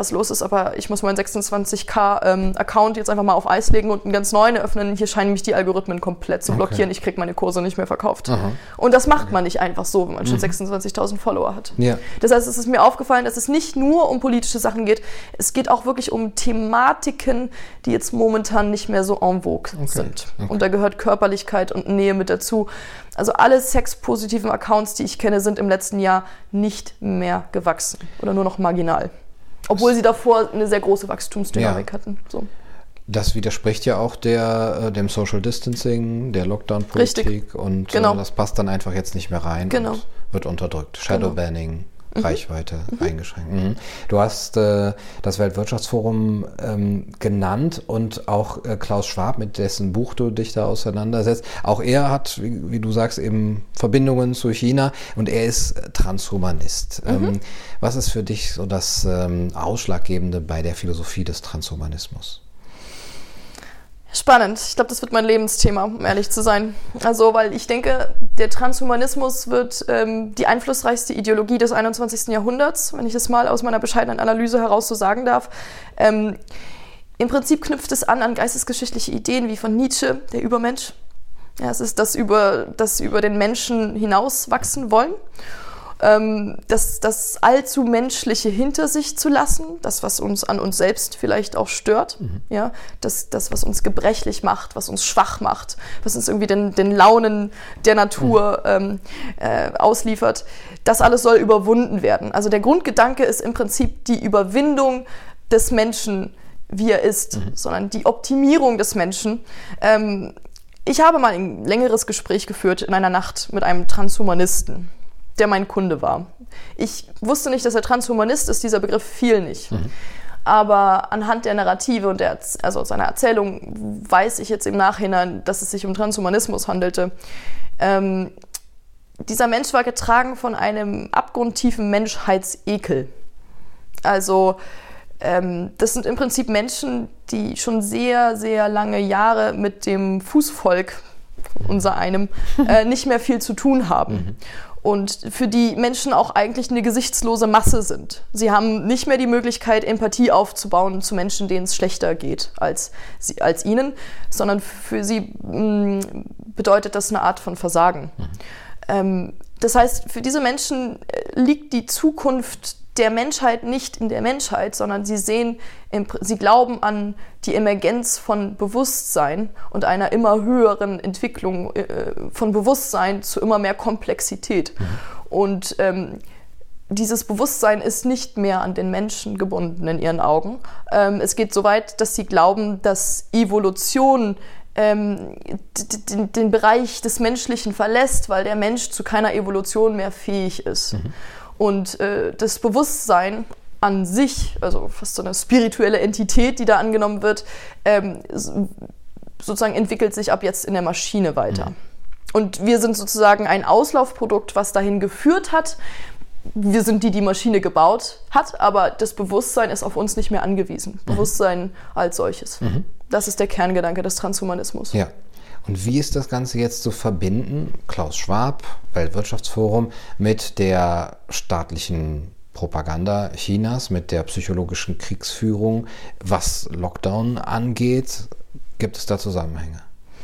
aber ich muss meinen 26K Account jetzt einfach mal auf Eis legen und einen ganz neuen eröffnen. Hier scheinen mich die Algorithmen komplett zu blockieren. Ich kriege meine Kurse nicht mehr verkauft. Aha. Und das macht man nicht einfach so, wenn man schon 26.000 Follower hat. Ja. Das heißt, es ist mir aufgefallen, dass es nicht nur um politische Sachen geht, es geht auch wirklich um Thematiken, die jetzt momentan nicht mehr so en vogue sind. Okay. Und da gehört Körperlichkeit und Nähe mit dazu. Also alle sexpositiven Accounts, die ich kenne, sind im letzten Jahr nicht mehr gewachsen oder nur noch marginal. Obwohl sie davor eine sehr große Wachstumsdynamik hatten. So. Das widerspricht ja auch dem Social Distancing, der Lockdown-Politik und das passt dann einfach jetzt nicht mehr rein und wird unterdrückt. Shadowbanning. Reichweite eingeschränkt. Du hast das Weltwirtschaftsforum genannt und auch Klaus Schwab, mit dessen Buch du dich da auseinandersetzt. Auch er hat, wie du sagst, eben Verbindungen zu China und er ist Transhumanist. Was ist für dich so das Ausschlaggebende bei der Philosophie des Transhumanismus? Spannend. Ich glaube, das wird mein Lebensthema, um ehrlich zu sein. Also, weil ich denke, der Transhumanismus wird die einflussreichste Ideologie des 21. Jahrhunderts, wenn ich das mal aus meiner bescheidenen Analyse heraus so sagen darf. Im Prinzip knüpft es an geistesgeschichtliche Ideen wie von Nietzsche, der Übermensch. Ja, es ist das über den Menschen hinauswachsen wollen. Das allzu Menschliche hinter sich zu lassen, das, was uns an uns selbst vielleicht auch stört, ja, das, was uns gebrechlich macht, was uns schwach macht, was uns irgendwie den Launen der Natur ausliefert, das alles soll überwunden werden. Also der Grundgedanke ist im Prinzip die Überwindung des Menschen, wie er ist, sondern die Optimierung des Menschen. Ich habe mal ein längeres Gespräch geführt in einer Nacht mit einem Transhumanisten, der mein Kunde war. Ich wusste nicht, dass er Transhumanist ist, dieser Begriff fiel nicht. Aber anhand der Narrative und seiner Erzählung weiß ich jetzt im Nachhinein, dass es sich um Transhumanismus handelte. Dieser Mensch war getragen von einem abgrundtiefen Menschheitsekel. Also das sind im Prinzip Menschen, die schon sehr, sehr lange Jahre mit dem Fußvolk, unser einem, nicht mehr viel zu tun haben. Und für die Menschen auch eigentlich eine gesichtslose Masse sind. Sie haben nicht mehr die Möglichkeit, Empathie aufzubauen zu Menschen, denen es schlechter geht als ihnen, sondern für sie bedeutet das eine Art von Versagen. Das heißt, für diese Menschen liegt die Zukunft der Menschheit nicht in der Menschheit, sondern sie glauben an die Emergenz von Bewusstsein und einer immer höheren Entwicklung von Bewusstsein zu immer mehr Komplexität. Und dieses Bewusstsein ist nicht mehr an den Menschen gebunden in ihren Augen. Es geht so weit, dass sie glauben, dass Evolution den Bereich des Menschlichen verlässt, weil der Mensch zu keiner Evolution mehr fähig ist. Und das Bewusstsein an sich, also fast so eine spirituelle Entität, die da angenommen wird, sozusagen entwickelt sich ab jetzt in der Maschine weiter. Und wir sind sozusagen ein Auslaufprodukt, was dahin geführt hat. Wir sind die Maschine gebaut hat, aber das Bewusstsein ist auf uns nicht mehr angewiesen. Bewusstsein als solches. Das ist der Kerngedanke des Transhumanismus. Ja. Und wie ist das Ganze jetzt zu verbinden, Klaus Schwab, Weltwirtschaftsforum, mit der staatlichen Propaganda Chinas, mit der psychologischen Kriegsführung, was Lockdown angeht? Gibt es da Zusammenhänge?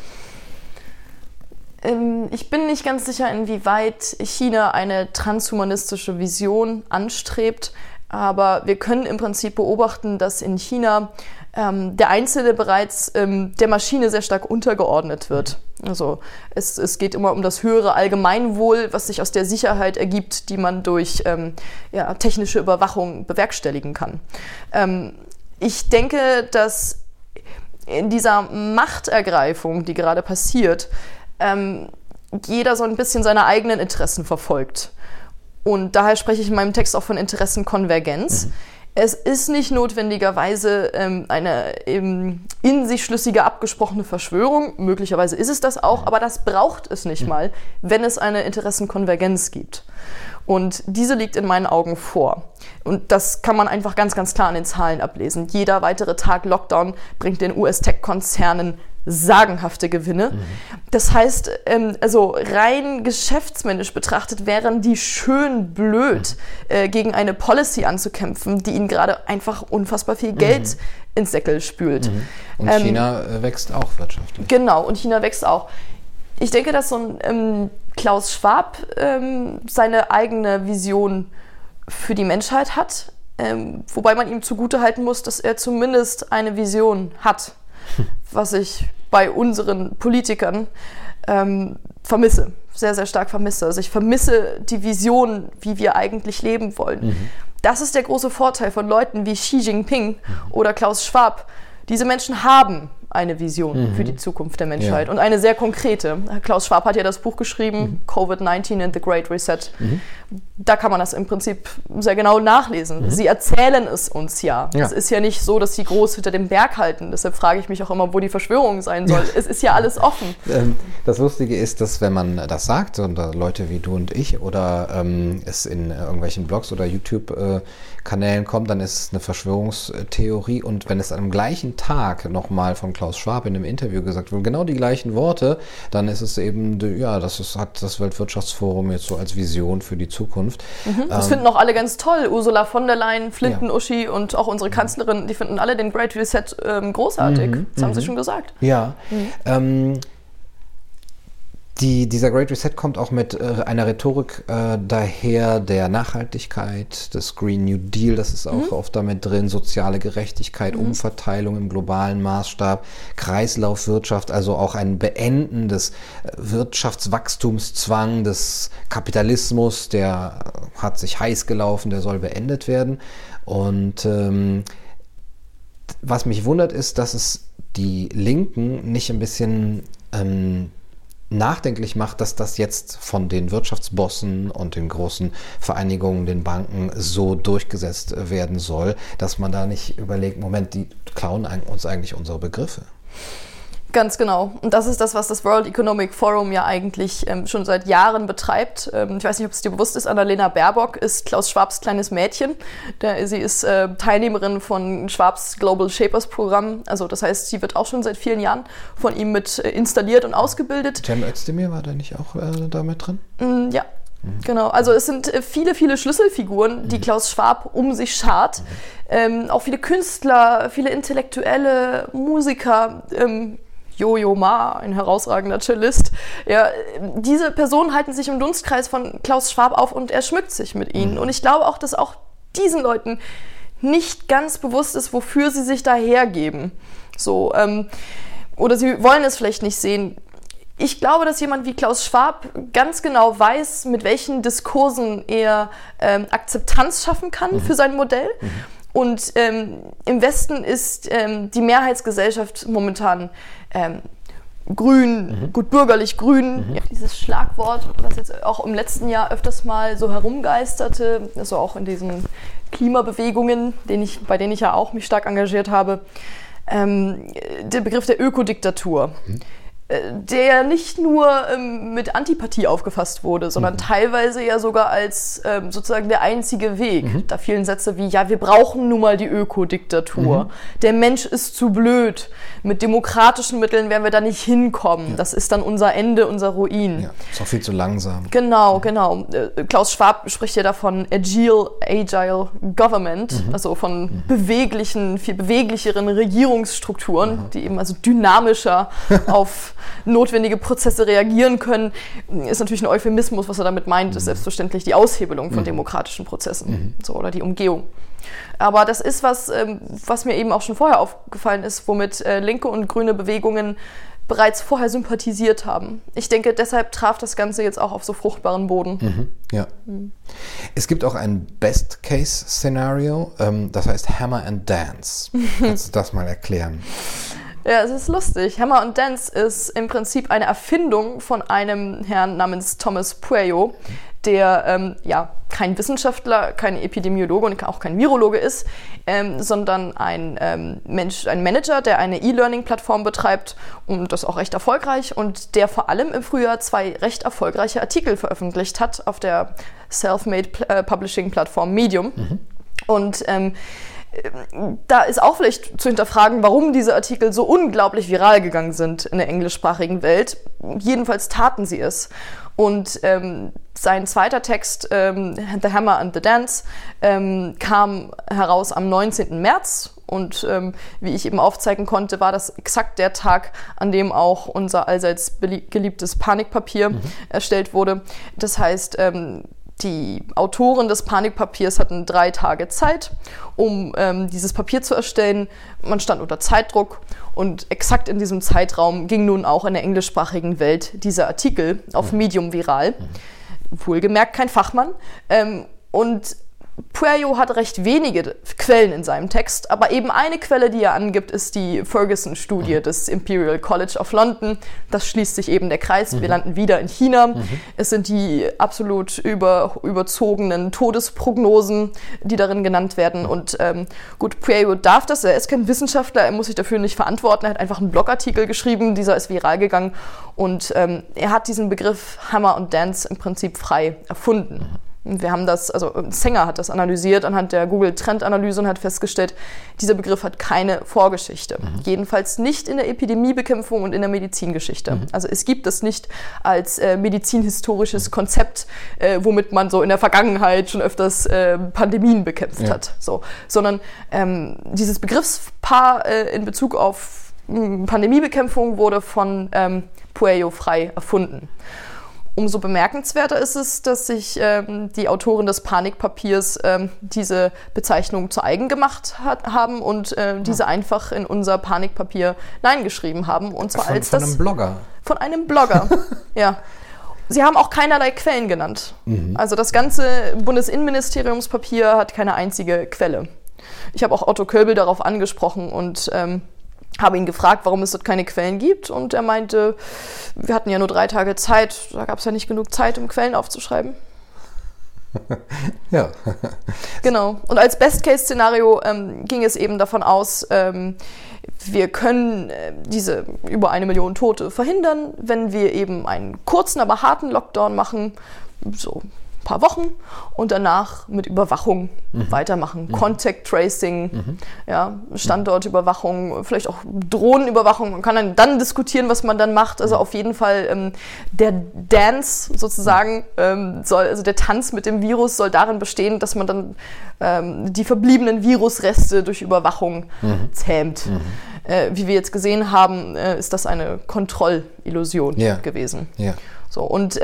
Ich bin nicht ganz sicher, inwieweit China eine transhumanistische Vision anstrebt, aber wir können im Prinzip beobachten, dass in China der Einzelne bereits der Maschine sehr stark untergeordnet wird. Also es geht immer um das höhere Allgemeinwohl, was sich aus der Sicherheit ergibt, die man durch technische Überwachung bewerkstelligen kann. Ich denke, dass in dieser Machtergreifung, die gerade passiert, jeder so ein bisschen seine eigenen Interessen verfolgt. Und daher spreche ich in meinem Text auch von Interessenkonvergenz. Es ist nicht notwendigerweise eine in sich schlüssige, abgesprochene Verschwörung. Möglicherweise ist es das auch, aber das braucht es nicht mal, wenn es eine Interessenkonvergenz gibt. Und diese liegt in meinen Augen vor. Und das kann man einfach ganz, ganz klar an den Zahlen ablesen. Jeder weitere Tag Lockdown bringt den US-Tech-Konzernen sagenhafte Gewinne. Das heißt, also rein geschäftsmännisch betrachtet wären die schön blöd, gegen eine Policy anzukämpfen, die ihnen gerade einfach unfassbar viel Geld ins Säckel spült. Und China wächst auch wirtschaftlich. Genau, und China wächst auch. Ich denke, dass so ein Klaus Schwab seine eigene Vision für die Menschheit hat, wobei man ihm zugutehalten muss, dass er zumindest eine Vision hat, was ich bei unseren Politikern vermisse, sehr, sehr stark vermisse. Also ich vermisse die Vision, wie wir eigentlich leben wollen. Das ist der große Vorteil von Leuten wie Xi Jinping oder Klaus Schwab. Diese Menschen haben eine Vision für die Zukunft der Menschheit und eine sehr konkrete. Klaus Schwab hat ja das Buch geschrieben, Covid-19 and the Great Reset. Da kann man das im Prinzip sehr genau nachlesen. Sie erzählen es uns ja. Es ist ja nicht so, dass sie groß hinter dem Berg halten. Deshalb frage ich mich auch immer, wo die Verschwörung sein soll. Es ist ja alles offen. Das Lustige ist, dass wenn man das sagt, und Leute wie du und ich oder es in irgendwelchen Blogs oder YouTube-Kanälen kommt, dann ist es eine Verschwörungstheorie. Und wenn es am gleichen Tag nochmal von Klaus Schwab in einem Interview gesagt wird, genau die gleichen Worte, dann ist es eben, hat das Weltwirtschaftsforum jetzt so als Vision für die Zukunft. Das finden auch alle ganz toll. Ursula von der Leyen, Flinten-Uschi und auch unsere Kanzlerin, die finden alle den Great Reset großartig. Das haben sie schon gesagt. Ja. Dieser Great Reset kommt auch mit einer Rhetorik daher der Nachhaltigkeit, des Green New Deal, das ist auch oft damit drin, soziale Gerechtigkeit, Umverteilung im globalen Maßstab, Kreislaufwirtschaft, also auch ein Beenden des Wirtschaftswachstumszwang, des Kapitalismus, der hat sich heiß gelaufen, der soll beendet werden. Und was mich wundert ist, dass es die Linken nicht ein bisschen nachdenklich macht, dass das jetzt von den Wirtschaftsbossen und den großen Vereinigungen, den Banken so durchgesetzt werden soll, dass man da nicht überlegt, Moment, die klauen uns eigentlich unsere Begriffe. Ganz genau. Und das ist das, was das World Economic Forum ja eigentlich schon seit Jahren betreibt. Ich weiß nicht, ob es dir bewusst ist, Annalena Baerbock ist Klaus Schwabs kleines Mädchen. Sie ist Teilnehmerin von Schwabs Global Shapers Programm. Also das heißt, sie wird auch schon seit vielen Jahren von ihm mit installiert und ausgebildet. Cem Özdemir war da nicht auch da mit drin? Ja. Genau, also es sind viele, viele Schlüsselfiguren, die Klaus Schwab um sich schart. Auch viele Künstler, viele Intellektuelle, Musiker, Jojo Ma, ein herausragender Cellist. Ja, diese Personen halten sich im Dunstkreis von Klaus Schwab auf und er schmückt sich mit ihnen. Und ich glaube auch, dass auch diesen Leuten nicht ganz bewusst ist, wofür sie sich da hergeben. So, oder sie wollen es vielleicht nicht sehen. Ich glaube, dass jemand wie Klaus Schwab ganz genau weiß, mit welchen Diskursen er Akzeptanz schaffen kann für sein Modell. Und im Westen ist die Mehrheitsgesellschaft momentan grün, gut bürgerlich grün. Ja, dieses Schlagwort, was jetzt auch im letzten Jahr öfters mal so herumgeisterte, also auch in diesen Klimabewegungen, bei denen ich ja auch mich stark engagiert habe, der Begriff der Ökodiktatur. Der nicht nur mit Antipathie aufgefasst wurde, sondern teilweise ja sogar als sozusagen der einzige Weg. Da fielen Sätze wie, ja, wir brauchen nun mal die Ökodiktatur. Der Mensch ist zu blöd. Mit demokratischen Mitteln werden wir da nicht hinkommen. Das ist dann unser Ende, unser Ruin. Ja, ist auch viel zu langsam. Genau. Klaus Schwab spricht ja davon Agile Government, also von beweglichen, viel beweglicheren Regierungsstrukturen, die eben also dynamischer auf notwendige Prozesse reagieren können, ist natürlich ein Euphemismus. Was er damit meint, ist selbstverständlich die Aushebelung von demokratischen Prozessen oder die Umgehung. Aber das ist was mir eben auch schon vorher aufgefallen ist, womit linke und grüne Bewegungen bereits vorher sympathisiert haben. Ich denke, deshalb traf das Ganze jetzt auch auf so fruchtbaren Boden. Es gibt auch ein Best-Case-Szenario, das heißt Hammer and Dance. Kannst du das mal erklären? Ja, es ist lustig. Hammer and Dance ist im Prinzip eine Erfindung von einem Herrn namens Thomas Pueyo, der kein Wissenschaftler, kein Epidemiologe und auch kein Virologe ist, sondern ein Manager, der eine E-Learning-Plattform betreibt und das auch recht erfolgreich und der vor allem im Frühjahr 2 recht erfolgreiche Artikel veröffentlicht hat auf der Self-Made Publishing-Plattform Medium. Und da ist auch vielleicht zu hinterfragen, warum diese Artikel so unglaublich viral gegangen sind in der englischsprachigen Welt. Jedenfalls taten sie es. Und sein zweiter Text, The Hammer and the Dance, kam heraus am 19. März. Und wie ich eben aufzeigen konnte, war das exakt der Tag, an dem auch unser allseits geliebtes Panikpapier erstellt wurde. Das heißt, die Autoren des Panikpapiers hatten 3 Tage Zeit, um dieses Papier zu erstellen. Man stand unter Zeitdruck und exakt in diesem Zeitraum ging nun auch in der englischsprachigen Welt dieser Artikel auf Medium viral. Wohlgemerkt kein Fachmann. Und Pueyo hat recht wenige Quellen in seinem Text, aber eben eine Quelle, die er angibt, ist die Ferguson-Studie des Imperial College of London. Das schließt sich eben der Kreis. Wir landen wieder in China. Es sind die absolut überzogenen Todesprognosen, die darin genannt werden. Und gut, Pueyo darf das. Er ist kein Wissenschaftler, er muss sich dafür nicht verantworten. Er hat einfach einen Blogartikel geschrieben, dieser ist viral gegangen. Und er hat diesen Begriff Hammer und Dance im Prinzip frei erfunden. Wir haben das, also Sanger hat das analysiert anhand der Google-Trendanalyse und hat festgestellt, dieser Begriff hat keine Vorgeschichte. Jedenfalls nicht in der Epidemiebekämpfung und in der Medizingeschichte. Also es gibt es nicht als medizinhistorisches Konzept, womit man so in der Vergangenheit schon öfters Pandemien bekämpft hat. So. Sondern dieses Begriffspaar in Bezug auf Pandemiebekämpfung wurde von Pueyo frei erfunden. Umso bemerkenswerter ist es, dass sich die Autoren des Panikpapiers diese Bezeichnung zu eigen gemacht haben und diese einfach in unser Panikpapier hineingeschrieben haben. Und zwar von einem Blogger. Von einem Blogger, ja. Sie haben auch keinerlei Quellen genannt. Also das ganze Bundesinnenministeriumspapier hat keine einzige Quelle. Ich habe auch Otto Kölbel darauf angesprochen und habe ihn gefragt, warum es dort keine Quellen gibt. Und er meinte, wir hatten ja nur 3 Tage Zeit. Da gab es ja nicht genug Zeit, um Quellen aufzuschreiben. Ja. Genau. Und als Best-Case-Szenario ging es eben davon aus, wir können diese über 1 Million Tote verhindern, wenn wir eben einen kurzen, aber harten Lockdown machen, so ein paar Wochen und danach mit Überwachung weitermachen. Contact Tracing, ja, Standortüberwachung, vielleicht auch Drohnenüberwachung. Man kann dann diskutieren, was man dann macht. Also auf jeden Fall der Dance sozusagen, also der Tanz mit dem Virus soll darin bestehen, dass man dann die verbliebenen Virusreste durch Überwachung zähmt. Wie wir jetzt gesehen haben, ist das eine Kontrollillusion gewesen. Ja. So, und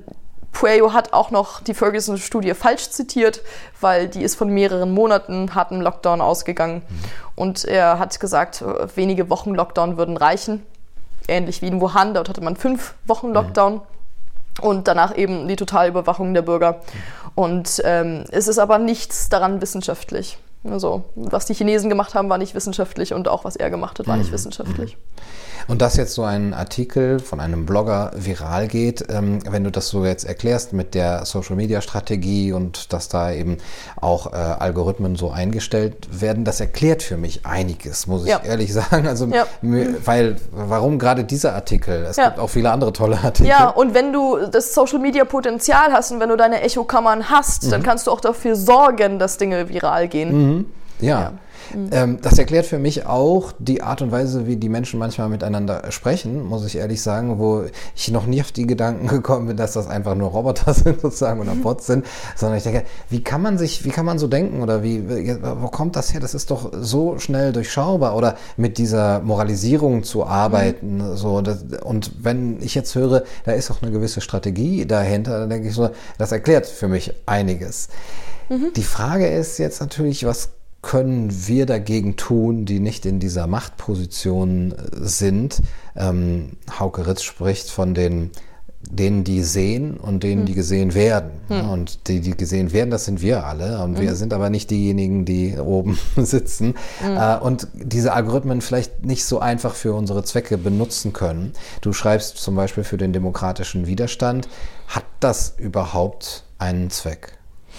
Pueyo hat auch noch die Ferguson-Studie falsch zitiert, weil die ist von mehreren Monaten hartem Lockdown ausgegangen. Und er hat gesagt, wenige Wochen Lockdown würden reichen. Ähnlich wie in Wuhan, dort hatte man 5 Wochen Lockdown. Und danach eben die Totalüberwachung der Bürger. Und es ist aber nichts daran wissenschaftlich. Also, was die Chinesen gemacht haben, war nicht wissenschaftlich und auch was er gemacht hat, war nicht wissenschaftlich. Und dass jetzt so ein Artikel von einem Blogger viral geht, wenn du das so jetzt erklärst mit der Social-Media-Strategie und dass da eben auch Algorithmen so eingestellt werden, das erklärt für mich einiges, muss ich ehrlich sagen. Also, warum gerade dieser Artikel? Es gibt auch viele andere tolle Artikel. Ja, und wenn du das Social-Media-Potenzial hast und wenn du deine Echokammern hast, dann kannst du auch dafür sorgen, dass Dinge viral gehen. Ja. Das erklärt für mich auch die Art und Weise, wie die Menschen manchmal miteinander sprechen, muss ich ehrlich sagen, wo ich noch nie auf die Gedanken gekommen bin, dass das einfach nur Roboter sind sozusagen oder Bots sind, sondern ich denke, wie kann man so denken oder wo kommt das her? Das ist doch so schnell durchschaubar oder mit dieser Moralisierung zu arbeiten. Und wenn ich jetzt höre, da ist auch eine gewisse Strategie dahinter, dann denke ich so, das erklärt für mich einiges. Die Frage ist jetzt natürlich, was können wir dagegen tun, die nicht in dieser Machtposition sind? Hauke Ritz spricht von denen, die sehen und denen, die gesehen werden. Und die gesehen werden, das sind wir alle. Und wir sind aber nicht diejenigen, die oben sitzen. Und diese Algorithmen vielleicht nicht so einfach für unsere Zwecke benutzen können. Du schreibst zum Beispiel für den demokratischen Widerstand. Hat das überhaupt einen Zweck?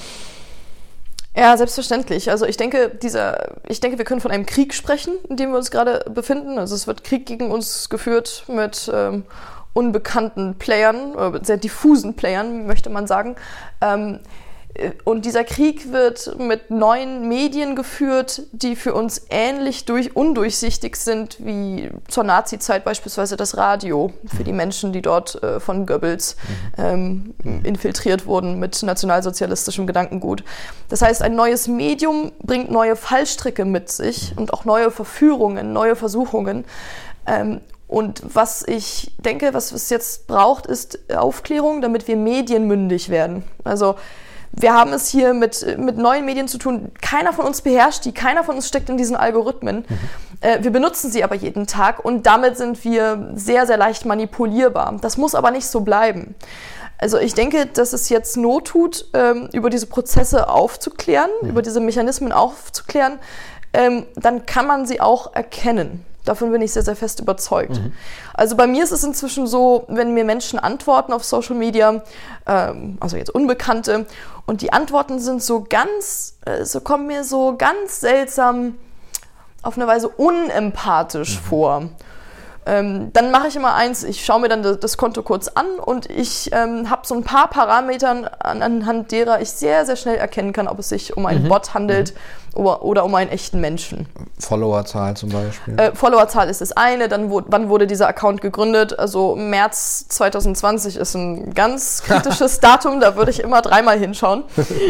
Ja, selbstverständlich. Also ich denke, wir können von einem Krieg sprechen, in dem wir uns gerade befinden. Also es wird Krieg gegen uns geführt mit unbekannten Playern, oder sehr diffusen Playern, möchte man sagen. Und dieser Krieg wird mit neuen Medien geführt, die für uns ähnlich undurchsichtig sind wie zur Nazi-Zeit beispielsweise das Radio für die Menschen, die dort von Goebbels infiltriert wurden mit nationalsozialistischem Gedankengut. Das heißt, ein neues Medium bringt neue Fallstricke mit sich und auch neue Verführungen, neue Versuchungen. Und was ich denke, was es jetzt braucht, ist Aufklärung, damit wir medienmündig werden. Also wir haben es hier mit neuen Medien zu tun. Keiner von uns beherrscht die, keiner von uns steckt in diesen Algorithmen. Wir benutzen sie aber jeden Tag und damit sind wir sehr, sehr leicht manipulierbar. Das muss aber nicht so bleiben. Also ich denke, dass es jetzt Not tut, über diese Prozesse aufzuklären, über diese Mechanismen aufzuklären. Dann kann man sie auch erkennen. Davon bin ich sehr, sehr fest überzeugt. Also bei mir ist es inzwischen so, wenn mir Menschen antworten auf Social Media, also jetzt Unbekannte, und die Antworten sind kommen mir so ganz seltsam auf eine Weise unempathisch vor. Dann mache ich immer eins, ich schaue mir dann das Konto kurz an und ich habe so ein paar Parametern, anhand derer ich sehr, sehr schnell erkennen kann, ob es sich um einen Bot handelt oder um einen echten Menschen. Followerzahl zum Beispiel? Followerzahl ist das eine, dann wann wurde dieser Account gegründet? Also März 2020 ist ein ganz kritisches Datum, da würde ich immer dreimal hinschauen.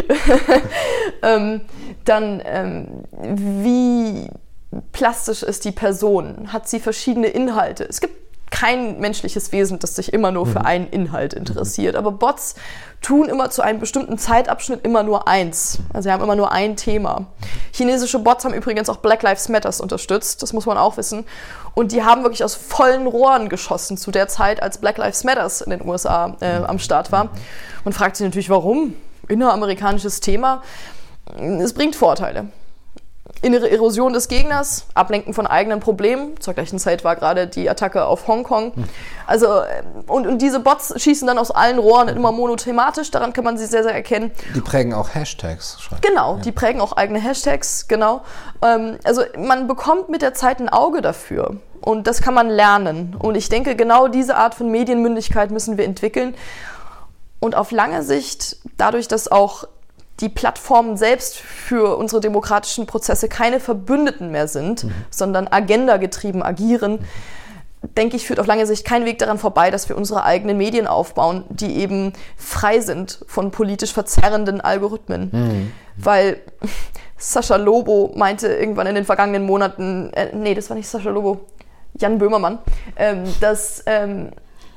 Wie plastisch ist die Person? Hat sie verschiedene Inhalte? Es gibt kein menschliches Wesen, das sich immer nur für einen Inhalt interessiert. Aber Bots tun immer zu einem bestimmten Zeitabschnitt immer nur eins. Also sie haben immer nur ein Thema. Chinesische Bots haben übrigens auch Black Lives Matter unterstützt. Das muss man auch wissen. Und die haben wirklich aus vollen Rohren geschossen zu der Zeit, als Black Lives Matter in den USA am Start war. Man fragt sich natürlich, warum? Inneramerikanisches Thema. Es bringt Vorteile. Innere Erosion des Gegners, Ablenken von eigenen Problemen. Zur gleichen Zeit war gerade die Attacke auf Hongkong. Also, und diese Bots schießen dann aus allen Rohren immer monothematisch, daran kann man sie sehr, sehr erkennen. Die prägen auch Hashtags. Genau, die prägen auch eigene Hashtags, genau. Also man bekommt mit der Zeit ein Auge dafür und das kann man lernen. Und ich denke, genau diese Art von Medienmündigkeit müssen wir entwickeln. Und auf lange Sicht, dadurch, dass auch die Plattformen selbst für unsere demokratischen Prozesse keine Verbündeten mehr sind, sondern agendagetrieben agieren, denke ich, führt auf lange Sicht kein Weg daran vorbei, dass wir unsere eigenen Medien aufbauen, die eben frei sind von politisch verzerrenden Algorithmen. Weil Sascha Lobo meinte irgendwann in den vergangenen Monaten, nee, das war nicht Sascha Lobo, Jan Böhmermann, dass er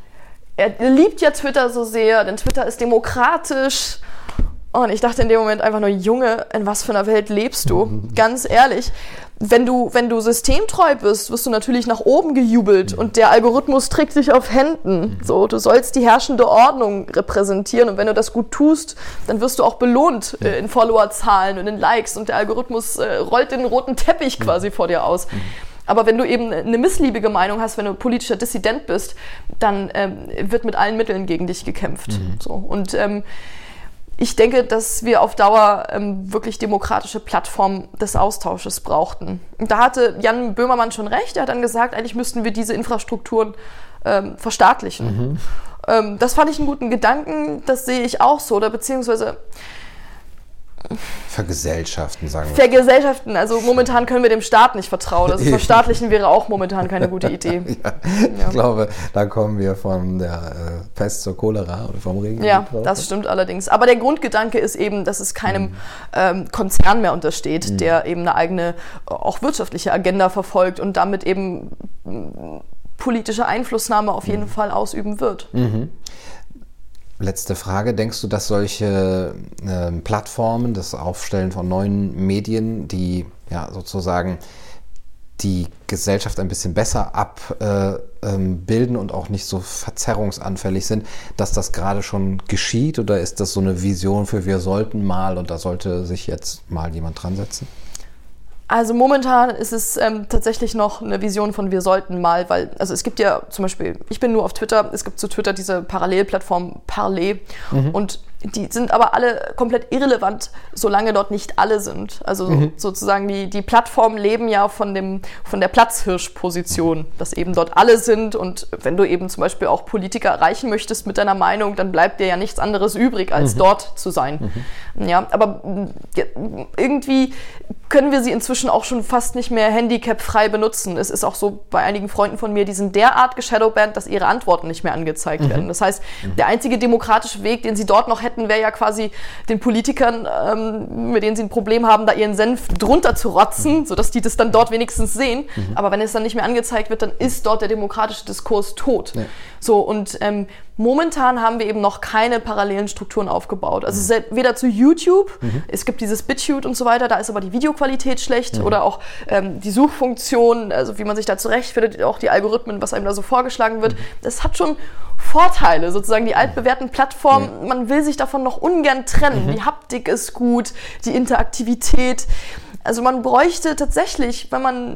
liebt ja Twitter so sehr, denn Twitter ist demokratisch. Und ich dachte in dem Moment einfach nur, Junge, in was für einer Welt lebst du? Ganz ehrlich, wenn du systemtreu bist, wirst du natürlich nach oben gejubelt und der Algorithmus trägt dich auf Händen. So, du sollst die herrschende Ordnung repräsentieren und wenn du das gut tust, dann wirst du auch belohnt in Followerzahlen und in Likes und der Algorithmus rollt den roten Teppich quasi vor dir aus. Aber wenn du eben eine missliebige Meinung hast, wenn du politischer Dissident bist, dann wird mit allen Mitteln gegen dich gekämpft. So. Und ich denke, dass wir auf Dauer wirklich demokratische Plattformen des Austausches brauchten. Und da hatte Jan Böhmermann schon recht. Er hat dann gesagt, eigentlich müssten wir diese Infrastrukturen verstaatlichen. Das fand ich einen guten Gedanken. Das sehe ich auch so. Oder beziehungsweise vergesellschaften, sagen wir. Vergesellschaften. Also momentan können wir dem Staat nicht vertrauen. Also verstaatlichen wäre auch momentan keine gute Idee. Ich glaube, da kommen wir von der Pest zur Cholera oder vom Regen. Ja, das stimmt allerdings. Aber der Grundgedanke ist eben, dass es keinem Konzern mehr untersteht, der eben eine eigene, auch wirtschaftliche Agenda verfolgt und damit eben politische Einflussnahme auf jeden Fall ausüben wird. Letzte Frage. Denkst du, dass solche Plattformen, das Aufstellen von neuen Medien, die ja sozusagen die Gesellschaft ein bisschen besser abbilden und auch nicht so verzerrungsanfällig sind, dass das gerade schon geschieht? Oder ist das so eine Vision für wir sollten mal und da sollte sich jetzt mal jemand dran setzen? Also momentan ist es tatsächlich noch eine Vision von wir sollten mal, weil, also es gibt ja zum Beispiel, ich bin nur auf Twitter, es gibt zu Twitter diese Parallelplattform Parler und die sind aber alle komplett irrelevant, solange dort nicht alle sind. Also sozusagen die Plattformen leben ja von der Platzhirschposition, dass eben dort alle sind, und wenn du eben zum Beispiel auch Politiker erreichen möchtest mit deiner Meinung, dann bleibt dir ja nichts anderes übrig, als dort zu sein. Ja, aber irgendwie können wir sie inzwischen auch schon fast nicht mehr handicapfrei benutzen. Es ist auch so bei einigen Freunden von mir, die sind derart geshadowbanned, dass ihre Antworten nicht mehr angezeigt werden. Das heißt, der einzige demokratische Weg, den sie dort noch hätten, wäre ja quasi den Politikern, mit denen sie ein Problem haben, da ihren Senf drunter zu rotzen, sodass die das dann dort wenigstens sehen. Aber wenn es dann nicht mehr angezeigt wird, dann ist dort der demokratische Diskurs tot. Ja. So, und momentan haben wir eben noch keine parallelen Strukturen aufgebaut. Also weder zu YouTube, es gibt dieses BitChute und so weiter, da ist aber die Videoqualität schlecht, oder auch die Suchfunktion, also wie man sich da zurechtfindet, auch die Algorithmen, was einem da so vorgeschlagen wird, das hat schon Vorteile, sozusagen die altbewährten Plattformen, man will sich davon noch ungern trennen. Die Haptik ist gut, die Interaktivität. Also man bräuchte tatsächlich, wenn man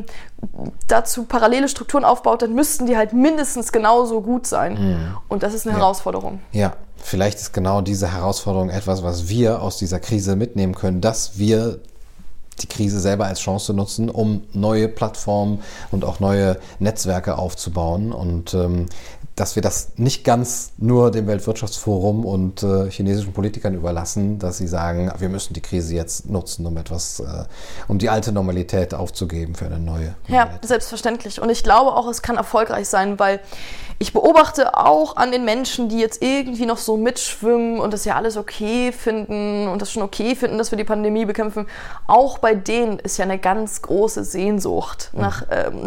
dazu parallele Strukturen aufbaut, dann müssten die halt mindestens genauso gut sein. Und das ist eine Herausforderung. Ja, vielleicht ist genau diese Herausforderung etwas, was wir aus dieser Krise mitnehmen können, dass wir die Krise selber als Chance nutzen, um neue Plattformen und auch neue Netzwerke aufzubauen, und dass wir das nicht ganz nur dem Weltwirtschaftsforum und chinesischen Politikern überlassen, dass sie sagen, wir müssen die Krise jetzt nutzen, um die alte Normalität aufzugeben für eine neue Normalität. Ja, selbstverständlich. Und ich glaube auch, es kann erfolgreich sein, weil ich beobachte auch an den Menschen, die jetzt irgendwie noch so mitschwimmen und das ja alles okay finden und das schon okay finden, dass wir die Pandemie bekämpfen. Auch bei denen ist ja eine ganz große Sehnsucht nach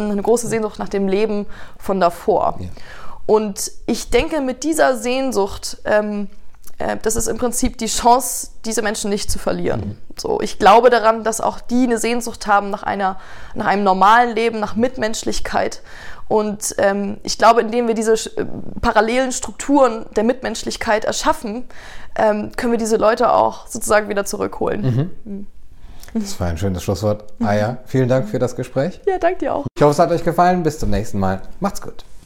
dem Leben von davor. Ja. Und ich denke, mit dieser Sehnsucht, das ist im Prinzip die Chance, diese Menschen nicht zu verlieren. So, ich glaube daran, dass auch die eine Sehnsucht haben nach einem normalen Leben, nach Mitmenschlichkeit. Und ich glaube, indem wir diese parallelen Strukturen der Mitmenschlichkeit erschaffen, können wir diese Leute auch sozusagen wieder zurückholen. Das war ein schönes Schlusswort. Aya, vielen Dank für das Gespräch. Ja, danke dir auch. Ich hoffe, es hat euch gefallen. Bis zum nächsten Mal. Macht's gut.